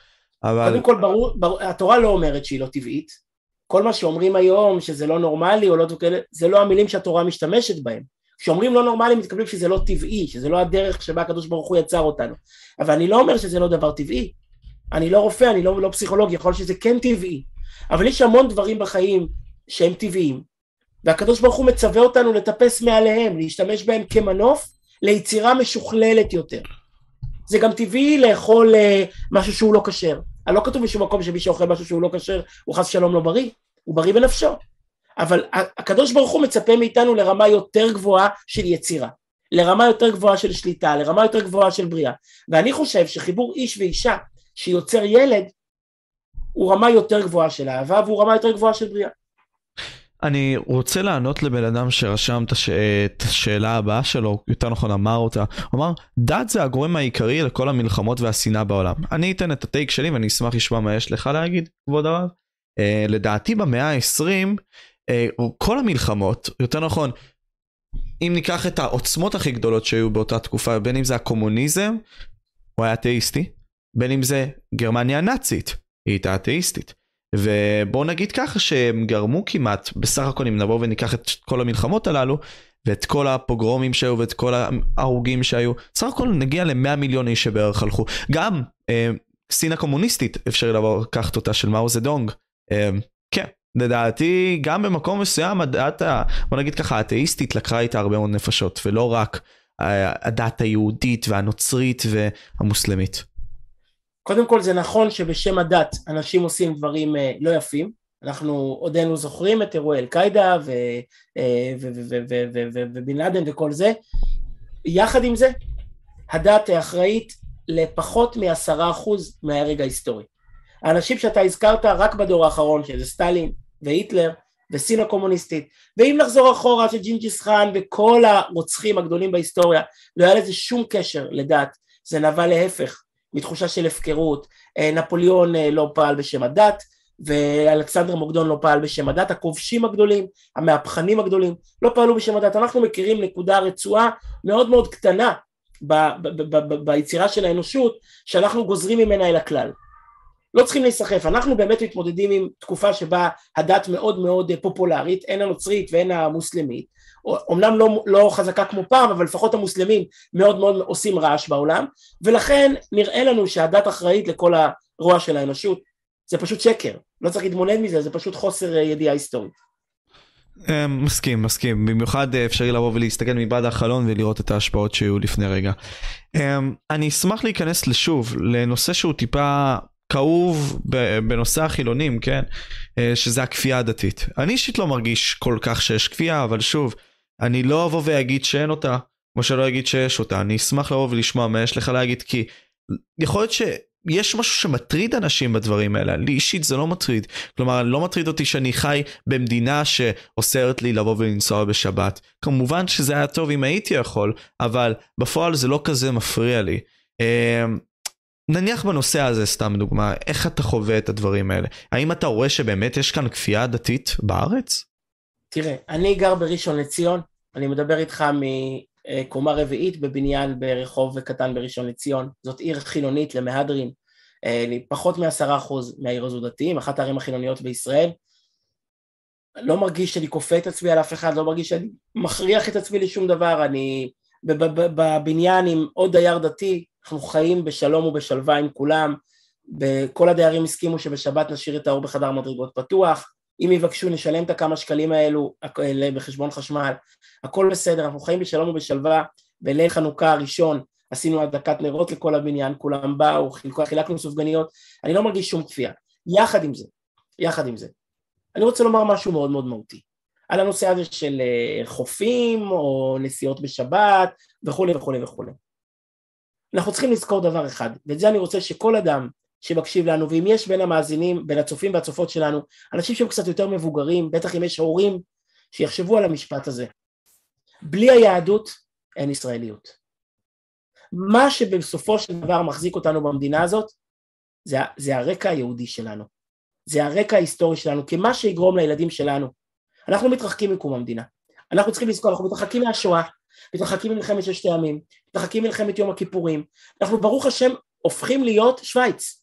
אבל... קודם כל, ברור, ברור, התורה לא אומרת שהיא לא טבעית, כל מה שאומרים היום שזה לא נורמלי או לא כאלה, זה לא המילים שהתורה משתמשת בהם. כשאומרים לא נורמלי מתכוונים שזה לא טבעי, שזה לא הדרך שבה הקדוש ברוך הוא יצר אותנו. אבל אני לא אומר שזה לא דבר טבעי. אני לא רופא, אני לא, לא פסיכולוג, יכול שזה כן טבעי. אבל יש המון דברים בחיים שהם טבעיים, והקדוש ברוך הוא מצווה אותנו לטפס מעליהם, להשתמש בהם כמנוף ליצירה משוכללת יותר. זה גם טבעי לאכול משהו שהוא לא כשר. אני לא כתוב בשום מקום שמי שאוכל משהו שהוא לא כשר, הוא חס שלום לא בריא, הוא בריא בנפשו. אבל הקדוש ברוך הוא מצפה מאיתנו לרמה יותר גבוהה של יצירה, לרמה יותר גבוהה של שליטה, לרמה יותר גבוהה של בריאה. ואני חושב שחיבור איש ואישה שיוצר ילד, הוא רמה יותר גבוהה של אהבה, והוא רמה יותר גבוהה של בריאה. אני רוצה לענות לבן אדם שרשם את, הש... את השאלה הבאה שלו, יותר נכון אמר אותה, הוא אמר, דת זה הגורם העיקרי לכל המלחמות והשנאה בעולם. אני אתן את הטייק שלי ואני אשמח לשמוע מה יש לך להגיד, כבוד הרב. Uh, לדעתי במאה ה-עשרים, uh, כל המלחמות, יותר נכון, אם ניקח את העוצמות הכי גדולות שהיו באותה תקופה, בין אם זה הקומוניזם, הוא היה אתאיסטי, בין אם זה גרמניה הנאצית, היא הייתה אתאיסטית. ובואו נגיד ככה שהם גרמו כמעט, בסך הכל אם נבוא וניקח את כל המלחמות הללו, ואת כל הפוגרומים שהיו, ואת כל ההרוגים שהיו, בסך הכל נגיע ל-מאה מיליון איש שבערך הלכו. גם אה, סין הקומוניסטית, אפשר לבוא לקחת אותה של מאו זדונג, אה, כן, לדעתי גם במקום מסוים, הדת, בוא נגיד ככה, האתאיסטית לקחה איתה הרבה מאוד נפשות, ולא רק אה, הדת היהודית והנוצרית והמוסלמית. קודם כל זה נכון שבשם הדת אנשים עושים דברים לא יפים, אנחנו עודנו זוכרים את אירועי אל-קאידה ובן לאדן וכל זה, יחד עם זה הדת אחראית לפחות מעשרה אחוז מההרג ההיסטורי. האנשים שאתה הזכרת רק בדור האחרון, שזה סטלין והיטלר וסין הקומוניסטית, ואם נחזור אחורה של ג'ינג'יס חאן וכל הרוצחים הגדולים בהיסטוריה, לא היה לזה שום קשר לדת, זה נבע להפך, מתחושה של הפקרות. נפוליאון לא פעל בשם הדת, ואלכסנדר מוקדון לא פעל בשם הדת, הכובשים הגדולים, המהפכנים הגדולים, לא פעלו בשם הדת. אנחנו מכירים נקודה רצועה מאוד מאוד קטנה ב- ב- ב- ב- ביצירה של האנושות, שאנחנו גוזרים ממנה אל הכלל. לא צריכים להיסחף, אנחנו באמת מתמודדים עם תקופה שבה הדת מאוד מאוד פופולרית, הן הנוצרית והן המוסלמית, אומנם לא, לא חזקה כמו פעם, אבל לפחות המוסלמים מאוד מאוד עושים רעש בעולם, ולכן נראה לנו שהדת אחראית לכל הרוע של האנושות. זה פשוט שקר, לא צריך להתמודד מזה, זה פשוט חוסר ידיעה היסטורית. מסכים, מסכים, במיוחד אפשרי לבוא ולהסתכל מבעד החלון ולראות את ההשפעות שהיו לפני רגע. אני אשמח להיכנס לשוב לנושא שהוא טיפה כאוב בנושא החילונים, כן? שזה הכפייה הדתית. אני אישית לא מרגיש כל כך שיש כפייה, אבל שוב, אני לא אבוא ואגיד שאין אותה, כמו שלא אגיד שיש אותה. אני אשמח לבוא ולשמוע מה יש לך להגיד, כי יכול להיות שיש משהו שמטריד אנשים בדברים האלה. לי אישית זה לא מטריד. כלומר, לא מטריד אותי שאני חי במדינה שאוסרת לי לבוא ולנסוע בשבת. כמובן שזה היה טוב אם הייתי יכול, אבל בפועל זה לא כזה מפריע לי. נניח בנושא הזה, סתם דוגמה, איך אתה חווה את הדברים האלה? האם אתה רואה שבאמת יש כאן כפייה דתית בארץ? תראה, אני גר בראשון לציון, אני מדבר איתך מקומה רביעית בבניין ברחוב קטן בראשון לציון, זאת עיר חילונית למהדרין, פחות מעשרה אחוז מהעיר הזו דתיים, אחת הערים החילוניות בישראל, לא מרגיש שאני כופה את עצמי על אף אחד, לא מרגיש שאני מכריח את עצמי לשום דבר, אני בבניין עם עוד דייר דתי, אנחנו חיים בשלום ובשלווה עם כולם, כל הדיירים הסכימו שבשבת נשאיר את האור בחדר מדרגות פתוח, אם יבקשו נשלם את הכמה שקלים האלו בחשבון חשמל, הכל בסדר, אנחנו חיים בשלום ובשלווה, בליל חנוכה הראשון עשינו הדלקת נרות לכל הבניין, כולם באו, חילקנו סופגניות, אני לא מרגיש שום כפייה. יחד עם זה, יחד עם זה, אני רוצה לומר משהו מאוד מאוד מהותי, על הנושא הזה של חופים או נסיעות בשבת וכו' וכו' וכו'. אנחנו צריכים לזכור דבר אחד, ואת זה אני רוצה שכל אדם שמקשיב לנו, ואם יש בין המאזינים, בין הצופים והצופות שלנו, אנשים שהם קצת יותר מבוגרים, בטח אם יש הורים שיחשבו על המשפט הזה. בלי היהדות אין ישראליות. מה שבסופו של דבר מחזיק אותנו במדינה הזאת, זה, זה הרקע היהודי שלנו. זה הרקע ההיסטורי שלנו, כמה שיגרום לילדים שלנו. אנחנו מתרחקים מקום המדינה. אנחנו צריכים לזכור, אנחנו מתרחקים מהשואה, מתרחקים ממלחמת ששת הימים, מתרחקים ממלחמת יום הכיפורים. אנחנו ברוך השם הופכים להיות שוויץ.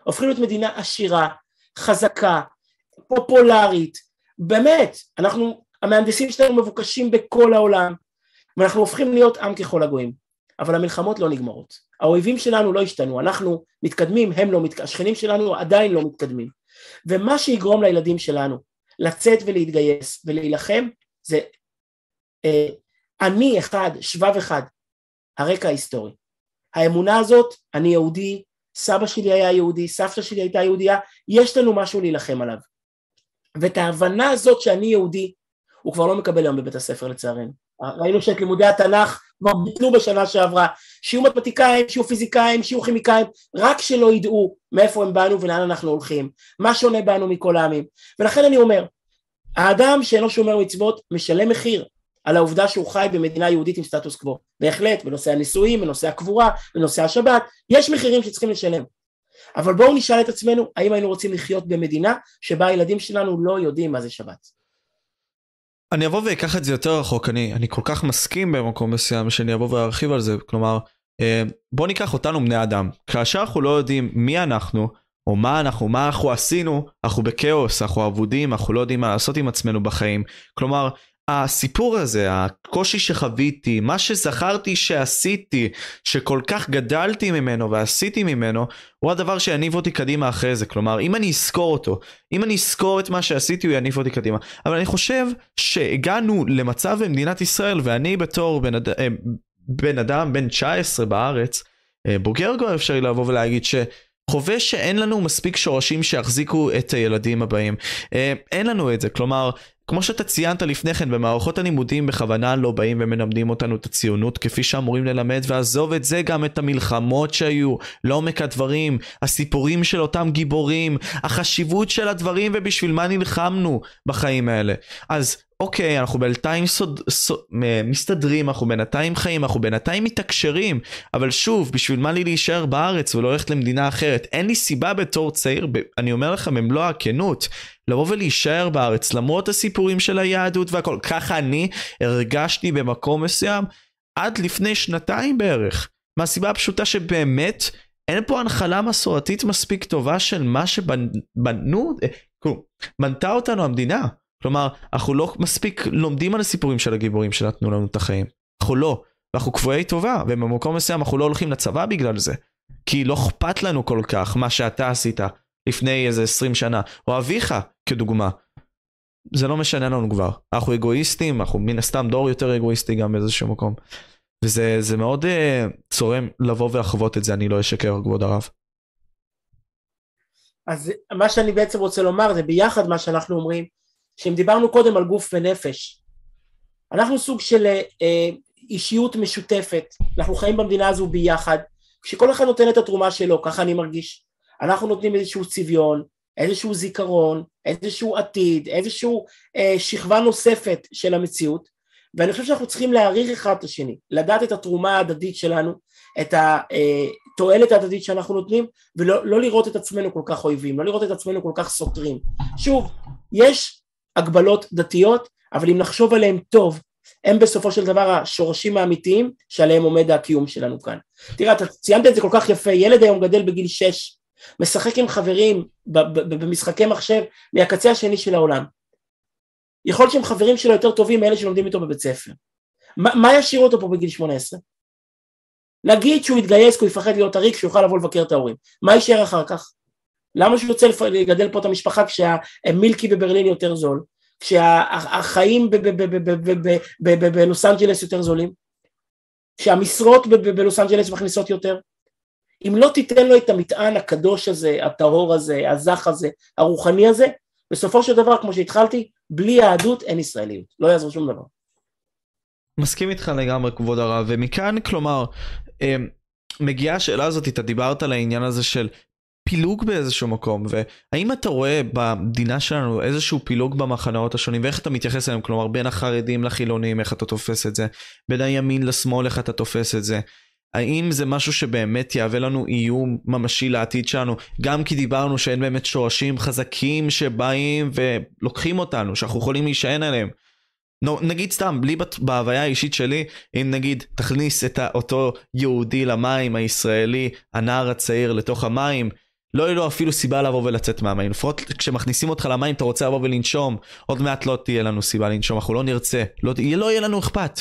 הופכים להיות מדינה עשירה, חזקה, פופולרית, באמת, אנחנו, המהנדסים שלנו מבוקשים בכל העולם, ואנחנו הופכים להיות עם ככל הגויים, אבל המלחמות לא נגמרות, האויבים שלנו לא השתנו, אנחנו מתקדמים, הם לא מתקדמים, השכנים שלנו עדיין לא מתקדמים, ומה שיגרום לילדים שלנו לצאת ולהתגייס ולהילחם, זה אה, אני אחד, שבב אחד, הרקע ההיסטורי, האמונה הזאת, אני יהודי, סבא שלי היה יהודי, סבתא שלי הייתה יהודיה, יש לנו משהו להילחם עליו, ואת ההבנה הזאת שאני יהודי, הוא כבר לא מקבל היום בבית הספר לצערנו, ראינו שאת לימודי התנ"ך כבר ביטלו בשנה שעברה, שיהיו מתמטיקאים, שיהיו פיזיקאים, שיהיו כימיקאים, רק שלא ידעו מאיפה הם באנו ולאן אנחנו הולכים, מה שונה בנו מכל העמים, ולכן אני אומר, האדם שאינו שומר מצוות משלם מחיר, על העובדה שהוא חי במדינה יהודית עם סטטוס קוו, בהחלט, בנושא הנישואים, בנושא הקבורה, בנושא השבת, יש מחירים שצריכים לשלם, אבל בואו נשאל את עצמנו, האם היינו רוצים לחיות במדינה שבה הילדים שלנו לא יודעים מה זה שבת? אני אבוא ויקח את זה יותר רחוק, אני, אני כל כך מסכים במקום מסוים שאני אבוא וארחיב על זה, כלומר, בוא ניקח אותנו בני אדם, כאשר אנחנו לא יודעים מי אנחנו, או מה אנחנו, מה אנחנו עשינו, אנחנו בקאוס, אנחנו עבודים, אנחנו לא יודעים מה לעשות עם עצמנו בחיים, כלומר, הסיפור הזה, הקושי שחוויתי, מה שזכרתי שעשיתי, שכל כך גדלתי ממנו ועשיתי ממנו, הוא הדבר שיניף אותי קדימה אחרי זה. כלומר, אם אני אזכור אותו, אם אני אזכור את מה שעשיתי, הוא יניף אותי קדימה. אבל אני חושב שהגענו למצב במדינת ישראל, ואני בתור בן, אד... בן אדם, בן תשע עשרה בארץ, בוגר כבר אפשר לבוא ולהגיד ש... חווה שאין לנו מספיק שורשים שיחזיקו את הילדים הבאים. אין לנו את זה, כלומר, כמו שאתה ציינת לפני כן, במערכות הלימודים בכוונה לא באים ומלמדים אותנו את הציונות כפי שאמורים ללמד, ועזוב את זה גם את המלחמות שהיו, לעומק הדברים, הסיפורים של אותם גיבורים, החשיבות של הדברים ובשביל מה נלחמנו בחיים האלה. אז אוקיי, אנחנו בינתיים סוד, סוד, מסתדרים, אנחנו בינתיים חיים, אנחנו בינתיים מתקשרים, אבל שוב, בשביל מה לי להישאר בארץ ולא הולכת למדינה אחרת? אין לי סיבה בתור צעיר, אני אומר לכם, במלוא הכנות, לבוא ולהישאר בארץ, למרות הסיפורים של היהדות והכל. ככה אני הרגשתי במקום מסוים, עד לפני שנתיים בערך, מהסיבה הפשוטה שבאמת, אין פה הנחלה מסורתית מספיק טובה של מה שבנו, בנתה אותנו המדינה. כלומר, אנחנו לא מספיק לומדים על הסיפורים של הגיבורים שנתנו לנו את החיים. אנחנו לא, ואנחנו קבועי טובה, ובמקום מסוים אנחנו לא הולכים לצבא בגלל זה. כי לא אכפת לנו כל כך מה שאתה עשית לפני איזה עשרים שנה, או אביך כדוגמה. זה לא משנה לנו כבר. אנחנו אגואיסטים, אנחנו מן הסתם דור יותר אגואיסטי גם באיזשהו מקום. וזה זה מאוד uh, צורם לבוא ולחוות את זה, אני לא אשקר, כבוד הרב. אז מה שאני בעצם רוצה לומר, זה ביחד מה שאנחנו אומרים, שאם דיברנו קודם על גוף ונפש, אנחנו סוג של אה, אישיות משותפת, אנחנו חיים במדינה הזו ביחד, כשכל אחד נותן את התרומה שלו, ככה אני מרגיש, אנחנו נותנים איזשהו צביון, איזשהו זיכרון, איזשהו עתיד, איזשהו אה, שכבה נוספת של המציאות, ואני חושב שאנחנו צריכים להעריך אחד את השני, לדעת את התרומה ההדדית שלנו, את התועלת ההדדית שאנחנו נותנים, ולא לא לראות את עצמנו כל כך אויבים, לא לראות את עצמנו כל כך סותרים. שוב, יש הגבלות דתיות, אבל אם נחשוב עליהם טוב, הם בסופו של דבר השורשים האמיתיים, שעליהם עומד הקיום שלנו כאן. תראה, אתה ציינת את זה כל כך יפה, ילד היום גדל בגיל שש, משחק עם חברים במשחקי מחשב, מהקצה השני של העולם. יכול להיות שהם חברים שלו יותר טובים מאלה שלומדים איתו בבית ספר. מה, מה ישאיר אותו פה בגיל שמונה עשרה? נגיד שהוא יתגייס, כי הוא יפחד להיות עריק, שהוא יוכל לבוא לבקר את ההורים. מה יישאר אחר כך? למה שהוא יוצא לגדל פה את המשפחה כשהמילקי בברלין יותר זול? כשהחיים בלוס אנג'לס יותר זולים? כשהמשרות בלוס אנג'לס מכניסות יותר? אם לא תיתן לו את המטען הקדוש הזה, הטהור הזה, הזך הזה, הרוחני הזה, בסופו של דבר, כמו שהתחלתי, בלי יהדות אין ישראליות, לא יעזור שום דבר. מסכים איתך לגמרי, כבוד הרב, ומכאן, כלומר, מגיעה השאלה הזאת, אתה דיברת על העניין הזה של פילוג באיזשהו מקום, והאם אתה רואה במדינה שלנו איזשהו פילוג במחנות השונים, ואיך אתה מתייחס אליהם, כלומר, בין החרדים לחילונים, איך אתה תופס את זה, בין הימין לשמאל, איך אתה תופס את זה, האם זה משהו שבאמת יהווה לנו איום ממשי לעתיד שלנו, גם כי דיברנו שאין באמת שורשים חזקים שבאים ולוקחים אותנו, שאנחנו יכולים להישען עליהם. נגיד סתם, בלי בהוויה האישית שלי, אם נגיד תכניס את אותו יהודי למים, הישראלי, הנער הצעיר לתוך המים, לא יהיה לו אפילו סיבה לבוא ולצאת מהמים. לפחות כשמכניסים אותך למים, אתה רוצה לבוא ולנשום, עוד מעט לא תהיה לנו סיבה לנשום, אנחנו לא נרצה, לא, לא יהיה לנו אכפת.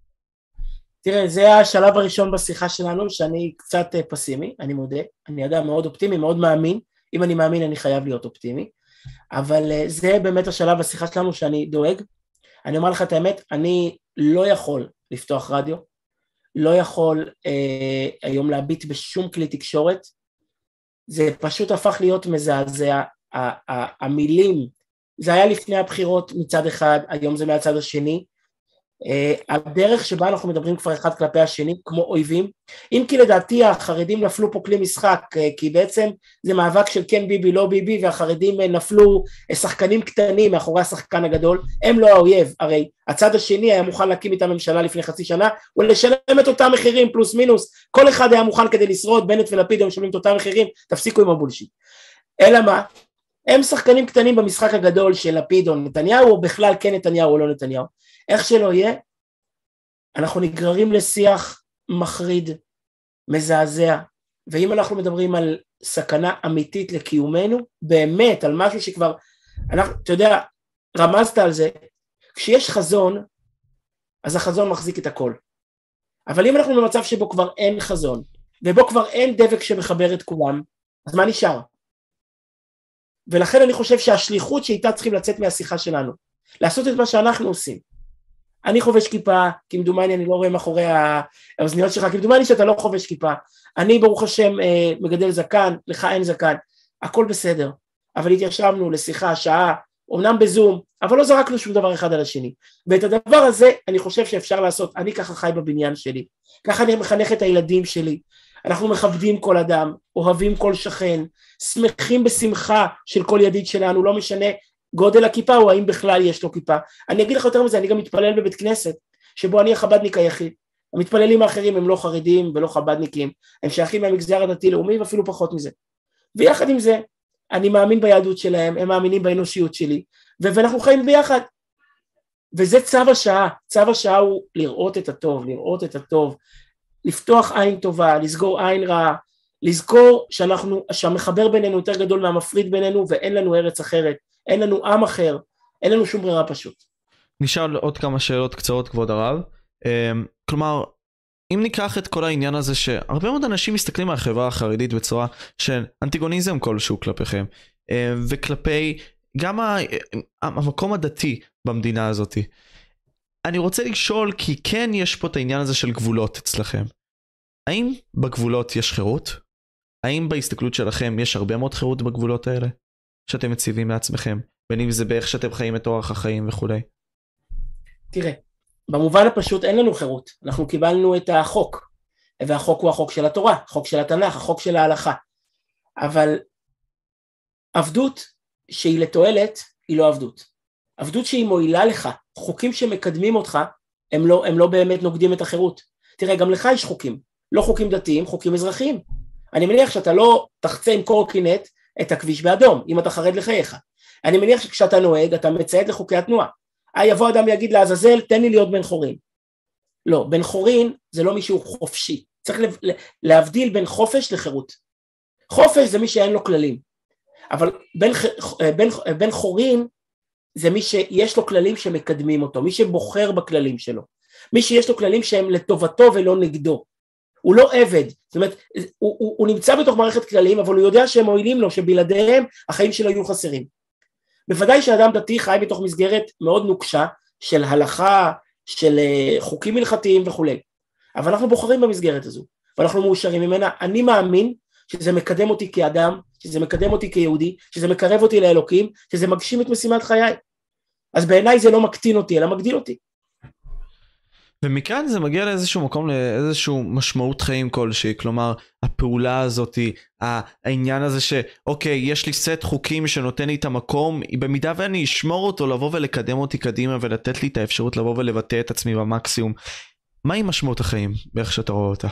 תראה, זה השלב הראשון בשיחה שלנו, שאני קצת פסימי, אני מודה, אני אדם מאוד אופטימי, מאוד מאמין, אם אני מאמין אני חייב להיות אופטימי, אבל זה באמת השלב בשיחה שלנו שאני דואג. אני אומר לך את האמת, אני לא יכול לפתוח רדיו, לא יכול אה, היום להביט בשום כלי תקשורת, זה פשוט הפך להיות מזעזע, המילים, זה היה לפני הבחירות מצד אחד, היום זה מהצד השני, הדרך שבה אנחנו מדברים כבר אחד כלפי השני, כמו אויבים, אם כי לדעתי החרדים נפלו פה כלי משחק, כי בעצם זה מאבק של כן ביבי לא ביבי, והחרדים נפלו שחקנים קטנים מאחורי השחקן הגדול, הם לא האויב, הרי הצד השני היה מוכן להקים איתה ממשלה לפני חצי שנה, ולשלם את אותם מחירים פלוס מינוס, כל אחד היה מוכן כדי לשרוד, בנט ולפיד הם משלמים את אותם מחירים, תפסיקו עם הבולשיט. אלא מה? הם שחקנים קטנים במשחק הגדול של לפיד או נתניהו, או בכלל כן נתניהו או לא נתניהו. איך שלא יהיה, אנחנו נגררים לשיח מחריד, מזעזע, ואם אנחנו מדברים על סכנה אמיתית לקיומנו, באמת, על משהו שכבר, אנחנו, אתה יודע, רמזת על זה, כשיש חזון, אז החזון מחזיק את הכל. אבל אם אנחנו במצב שבו כבר אין חזון, ובו כבר אין דבק שמחבר את כולם, אז מה נשאר? ולכן אני חושב שהשליחות שאיתה צריכים לצאת מהשיחה שלנו, לעשות את מה שאנחנו עושים. אני חובש כיפה, כמדומני אני לא רואה מאחורי האוזניות שלך, כמדומני שאתה לא חובש כיפה, אני ברוך השם מגדל זקן, לך אין זקן, הכל בסדר, אבל התיישבנו לשיחה, שעה, אומנם בזום, אבל לא זרקנו שום דבר אחד על השני, ואת הדבר הזה אני חושב שאפשר לעשות, אני ככה חי בבניין שלי, ככה אני מחנך את הילדים שלי, אנחנו מכבדים כל אדם, אוהבים כל שכן, שמחים בשמחה של כל ידיד שלנו, לא משנה גודל הכיפה או האם בכלל יש לו כיפה. אני אגיד לך יותר מזה, אני גם מתפלל בבית כנסת, שבו אני החבדניק היחיד. המתפללים האחרים הם לא חרדים ולא חבדניקים, הם שייכים מהמגזר הדתי-לאומי ואפילו פחות מזה. ויחד עם זה, אני מאמין ביהדות שלהם, הם מאמינים באנושיות שלי, ואנחנו חיים ביחד. וזה צו השעה, צו השעה הוא לראות את הטוב, לראות את הטוב, לפתוח עין טובה, לסגור עין רעה, לזכור שאנחנו, שהמחבר בינינו יותר גדול מהמפריד בינינו, ואין לנו ארץ אחרת, אין לנו עם אחר, אין לנו שום ברירה פשוט. נשאל עוד כמה שאלות קצרות, כבוד הרב. כלומר, אם ניקח את כל העניין הזה שהרבה מאוד אנשים מסתכלים על החברה החרדית בצורה של אנטיגוניזם כלשהו כלפיכם, וכלפי גם המקום הדתי במדינה הזאת. אני רוצה לשאול, כי כן יש פה את העניין הזה של גבולות אצלכם. האם בגבולות יש חירות? האם בהסתכלות שלכם יש הרבה מאוד חירות בגבולות האלה? שאתם מציבים לעצמכם? בין אם זה באיך שאתם חיים את אורח החיים וכו'. תראה, במובן הפשוט אין לנו חירות. אנחנו קיבלנו את החוק, והחוק הוא החוק של התורה, החוק של התנ"ך, החוק של ההלכה. אבל עבדות שהיא לתועלת, היא לא עבדות. עבדות שהיא מועילה לך, חוקים שמקדמים אותך, הם לא, הם לא באמת נוגדים את החירות. תראה, גם לך יש חוקים, לא חוקים דתיים, חוקים אזרחיים. אני מניח שאתה לא תחצה עם קורקינט את הכביש באדום, אם אתה חרד לחייך. אני מניח שכשאתה נוהג, אתה מצייד לחוקי התנועה. אה, יבוא אדם יגיד לעזאזל, תן לי להיות בן חורין. לא, בן חורין זה לא מישהו חופשי. צריך להבדיל בין חופש לחירות. חופש זה מי שאין לו כללים. אבל בן, בן, בן חורין זה מי שיש לו כללים שמקדמים אותו, מי שבוחר בכללים שלו. מי שיש לו כללים שהם לטובתו ולא נגדו. הוא לא עבד, זאת אומרת, הוא, הוא, הוא נמצא בתוך מערכת כללים, אבל הוא יודע שהם מועילים לו, שבלעדיהם החיים שלו יהיו חסרים. בוודאי שאדם דתי חי בתוך מסגרת מאוד נוקשה, של הלכה, של חוקים הלכתיים וכו'. אבל אנחנו בוחרים במסגרת הזו, ואנחנו מאושרים ממנה. אני מאמין שזה מקדם אותי כאדם, שזה מקדם אותי כיהודי, שזה מקרב אותי לאלוקים, שזה מגשים את משימת חיי. אז בעיניי זה לא מקטין אותי, אלא מגדיל אותי. ומכאן זה מגיע לאיזשהו מקום, לאיזשהו משמעות חיים כלשהי, כלומר, הפעולה הזאת, העניין הזה שאוקיי, יש לי סט חוקים שנותן לי את המקום, במידה ואני אשמור אותו, לבוא ולקדם אותי קדימה, ולתת לי את האפשרות לבוא ולבטא את עצמי במקסימום. מהי משמעות החיים, באיך שאתה רואה אותה?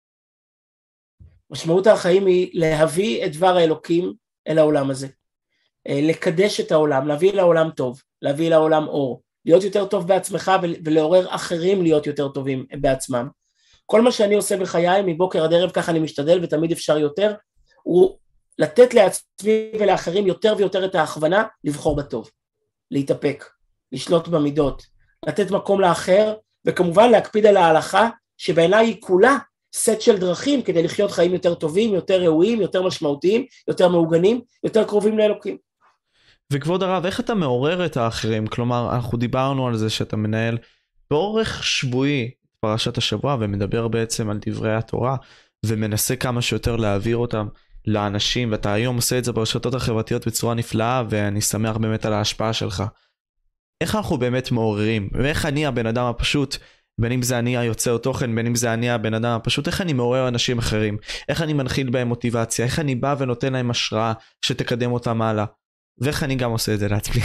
משמעות החיים היא להביא את דבר האלוקים אל העולם הזה, לקדש את העולם, להביא לעולם טוב, להביא לעולם אור, להיות יותר טוב בעצמך ולעורר אחרים להיות יותר טובים בעצמם. כל מה שאני עושה בחיי, מבוקר עד ערב, ככה אני משתדל ותמיד אפשר יותר, הוא לתת לעצמי ולאחרים יותר ויותר את ההכוונה לבחור בטוב, להתאפק, לשלוט במידות, לתת מקום לאחר, וכמובן להקפיד על ההלכה, שבעיניי היא כולה סט של דרכים כדי לחיות חיים יותר טובים, יותר ראויים, יותר משמעותיים, יותר מעוגנים, יותר קרובים לאלוקים. וכבוד הרב, איך אתה מעורר את האחרים? כלומר, אנחנו דיברנו על זה שאתה מנהל באורך שבועי פרשת השבוע, ומדבר בעצם על דברי התורה, ומנסה כמה שיותר להעביר אותם לאנשים, ואתה היום עושה את זה ברשתות החברתיות בצורה נפלאה, ואני שמח באמת על ההשפעה שלך. איך אנחנו באמת מעוררים? ואיך אני הבן אדם הפשוט, בין אם זה אני היוצר תוכן, בין אם זה אני הבן אדם הפשוט, איך אני מעורר אנשים אחרים? איך אני מנחיל בהם מוטיבציה? איך אני בא ונותן להם השראה שתקדם אותם הלאה? ואיך אני גם עושה את זה לעצמי?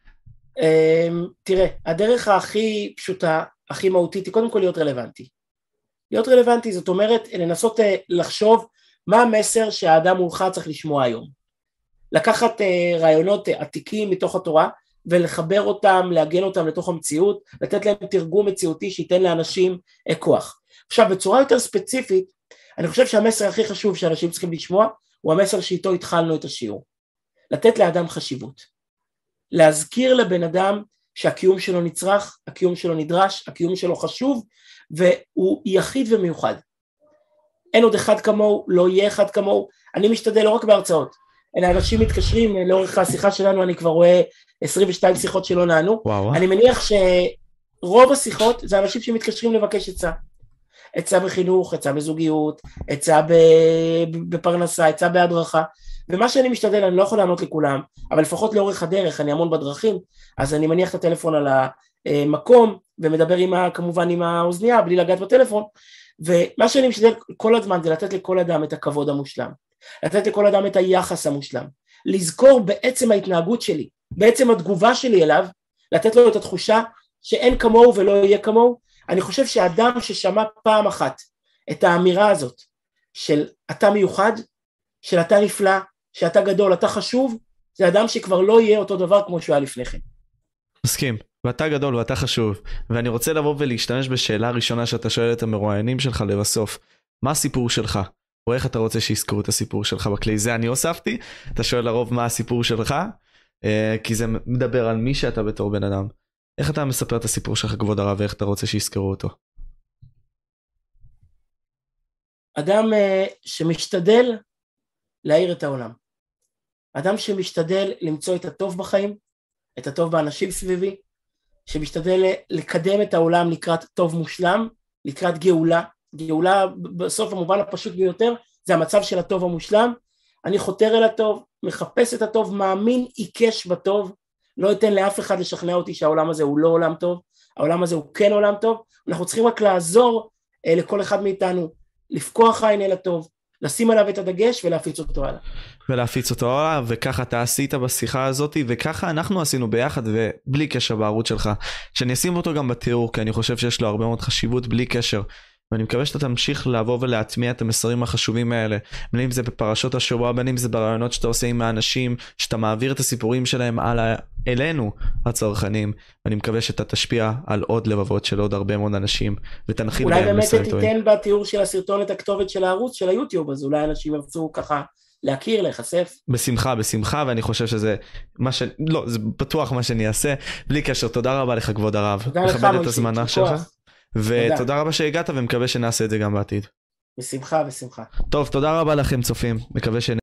תראה, הדרך הכי פשוטה, הכי מהותית, היא קודם כל להיות רלוונטי. להיות רלוונטי, זאת אומרת, לנסות לחשוב מה המסר שהאדם מולך צריך לשמוע היום. לקחת רעיונות עתיקים מתוך התורה, ולחבר אותם, להגן אותם לתוך המציאות, לתת להם תרגום מציאותי שייתן לאנשים כוח. עכשיו, בצורה יותר ספציפית, אני חושב שהמסר הכי חשוב שאנשים צריכים לשמוע, הוא המסר שאיתו התחלנו את השיעור. לתת לאדם חשיבות. להזכיר לבן אדם שהקיום שלו נצרך, הקיום שלו נדרש, הקיום שלו חשוב, והוא יחיד ומיוחד. אין עוד אחד כמוהו, לא יהיה אחד כמוהו. אני משתדל לא רק בהרצאות, אלא אנשים מתקשרים, לאורך השיחה שלנו אני כבר רואה עשרים ושתיים שיחות שלא נענו. וואו. אני מניח שרוב השיחות זה אנשים שמתקשרים לבקש עצה. עצה בחינוך, עצה בזוגיות, עצה בפרנסה, עצה בהדרכה. ומה שאני משתדל, אני לא יכול לענות לכולם, אבל לפחות לאורך הדרך, אני המון בדרכים, אז אני מניח את הטלפון על המקום, ומדבר עם, כמובן עם האוזנייה, בלי לגעת בטלפון, ומה שאני משתדל כל הזמן, זה לתת לכל אדם את הכבוד המושלם, לתת לכל אדם את היחס המושלם, לזכור בעצם ההתנהגות שלי, בעצם התגובה שלי אליו, לתת לו את התחושה שאין כמוהו ולא יהיה כמוהו. אני חושב שאדם ששמע פעם אחת את האמירה הזאת, של אתה מיוחד, של אתה נפלא, שאתה גדול, אתה חשוב, זה אדם שכבר לא יהיה אותו דבר כמו שהוא היה לפני כן. מסכים, ואתה גדול ואתה חשוב, ואני רוצה לבוא ולהשתמש בשאלה הראשונה שאתה שואל את המרואיינים שלך לבסוף, מה הסיפור שלך? או איך אתה רוצה שיזכרו את הסיפור שלך בכלי? זה אני הוספתי, אתה שואל לרוב מה הסיפור שלך, כי זה מדבר על מי שאתה בתור בן אדם. איך אתה מספר את הסיפור שלך כבוד הרב, ואיך אתה רוצה שיזכרו אותו? אדם שמשתדל להאיר את העולם. אדם שמשתדל למצוא את הטוב בחיים, את הטוב באנשים סביבי, שמשתדל לקדם את העולם לקראת טוב מושלם, לקראת גאולה. גאולה בסוף המובן הפשוט ביותר, זה המצב של הטוב המושלם. אני חותר אל הטוב, מחפש את הטוב, מאמין, עיקש בטוב, לא אתן לאף אחד לשכנע אותי שהעולם הזה הוא לא עולם טוב, העולם הזה הוא כן עולם טוב. אנחנו צריכים רק לעזור אה, לכל אחד מאיתנו, לפקוח העין אל הטוב, לשים עליו את הדגש ולהפיץ אותו הלאה. ולהפיץ אותו הלאה, וככה אתה עשית בשיחה הזאת, וככה אנחנו עשינו ביחד, ובלי קשר בערוץ שלך, שאני אשים אותו גם בתיאור, כי אני חושב שיש לו הרבה מאוד חשיבות בלי קשר, ואני מקווה שאתה תמשיך לעבור ולהטמיע את המסרים החשובים האלה, בין אם זה בפרשות השבוע, בין אם זה ברעיונות שאתה עושה עם האנשים, שאתה מעביר את הסיפורים שלהם על אלינו הצרכנים, ואני מקווה שאתה תשפיע על עוד לבבות של עוד הרבה מאוד אנשים, ותנחיל בהם מסרים טובים. אולי באמת תיתן בתיאור של הסרטון את הכתובת של הערוץ של היוטיוב, אז אולי אנשים ירצו ככה להכיר, להיחשף. בשמחה, בשמחה, ואני חושב שזה מה ש... לא, זה בטוח מה שאני אעשה. בלי קשר, תודה רבה לך כבוד הרב. תודה לך מוישי, שלך. ותודה רבה שהגעת, ומקווה שנעשה את זה גם בעתיד. בשמחה, בשמחה. טוב, תודה רבה לכם צופים, מקווה ש...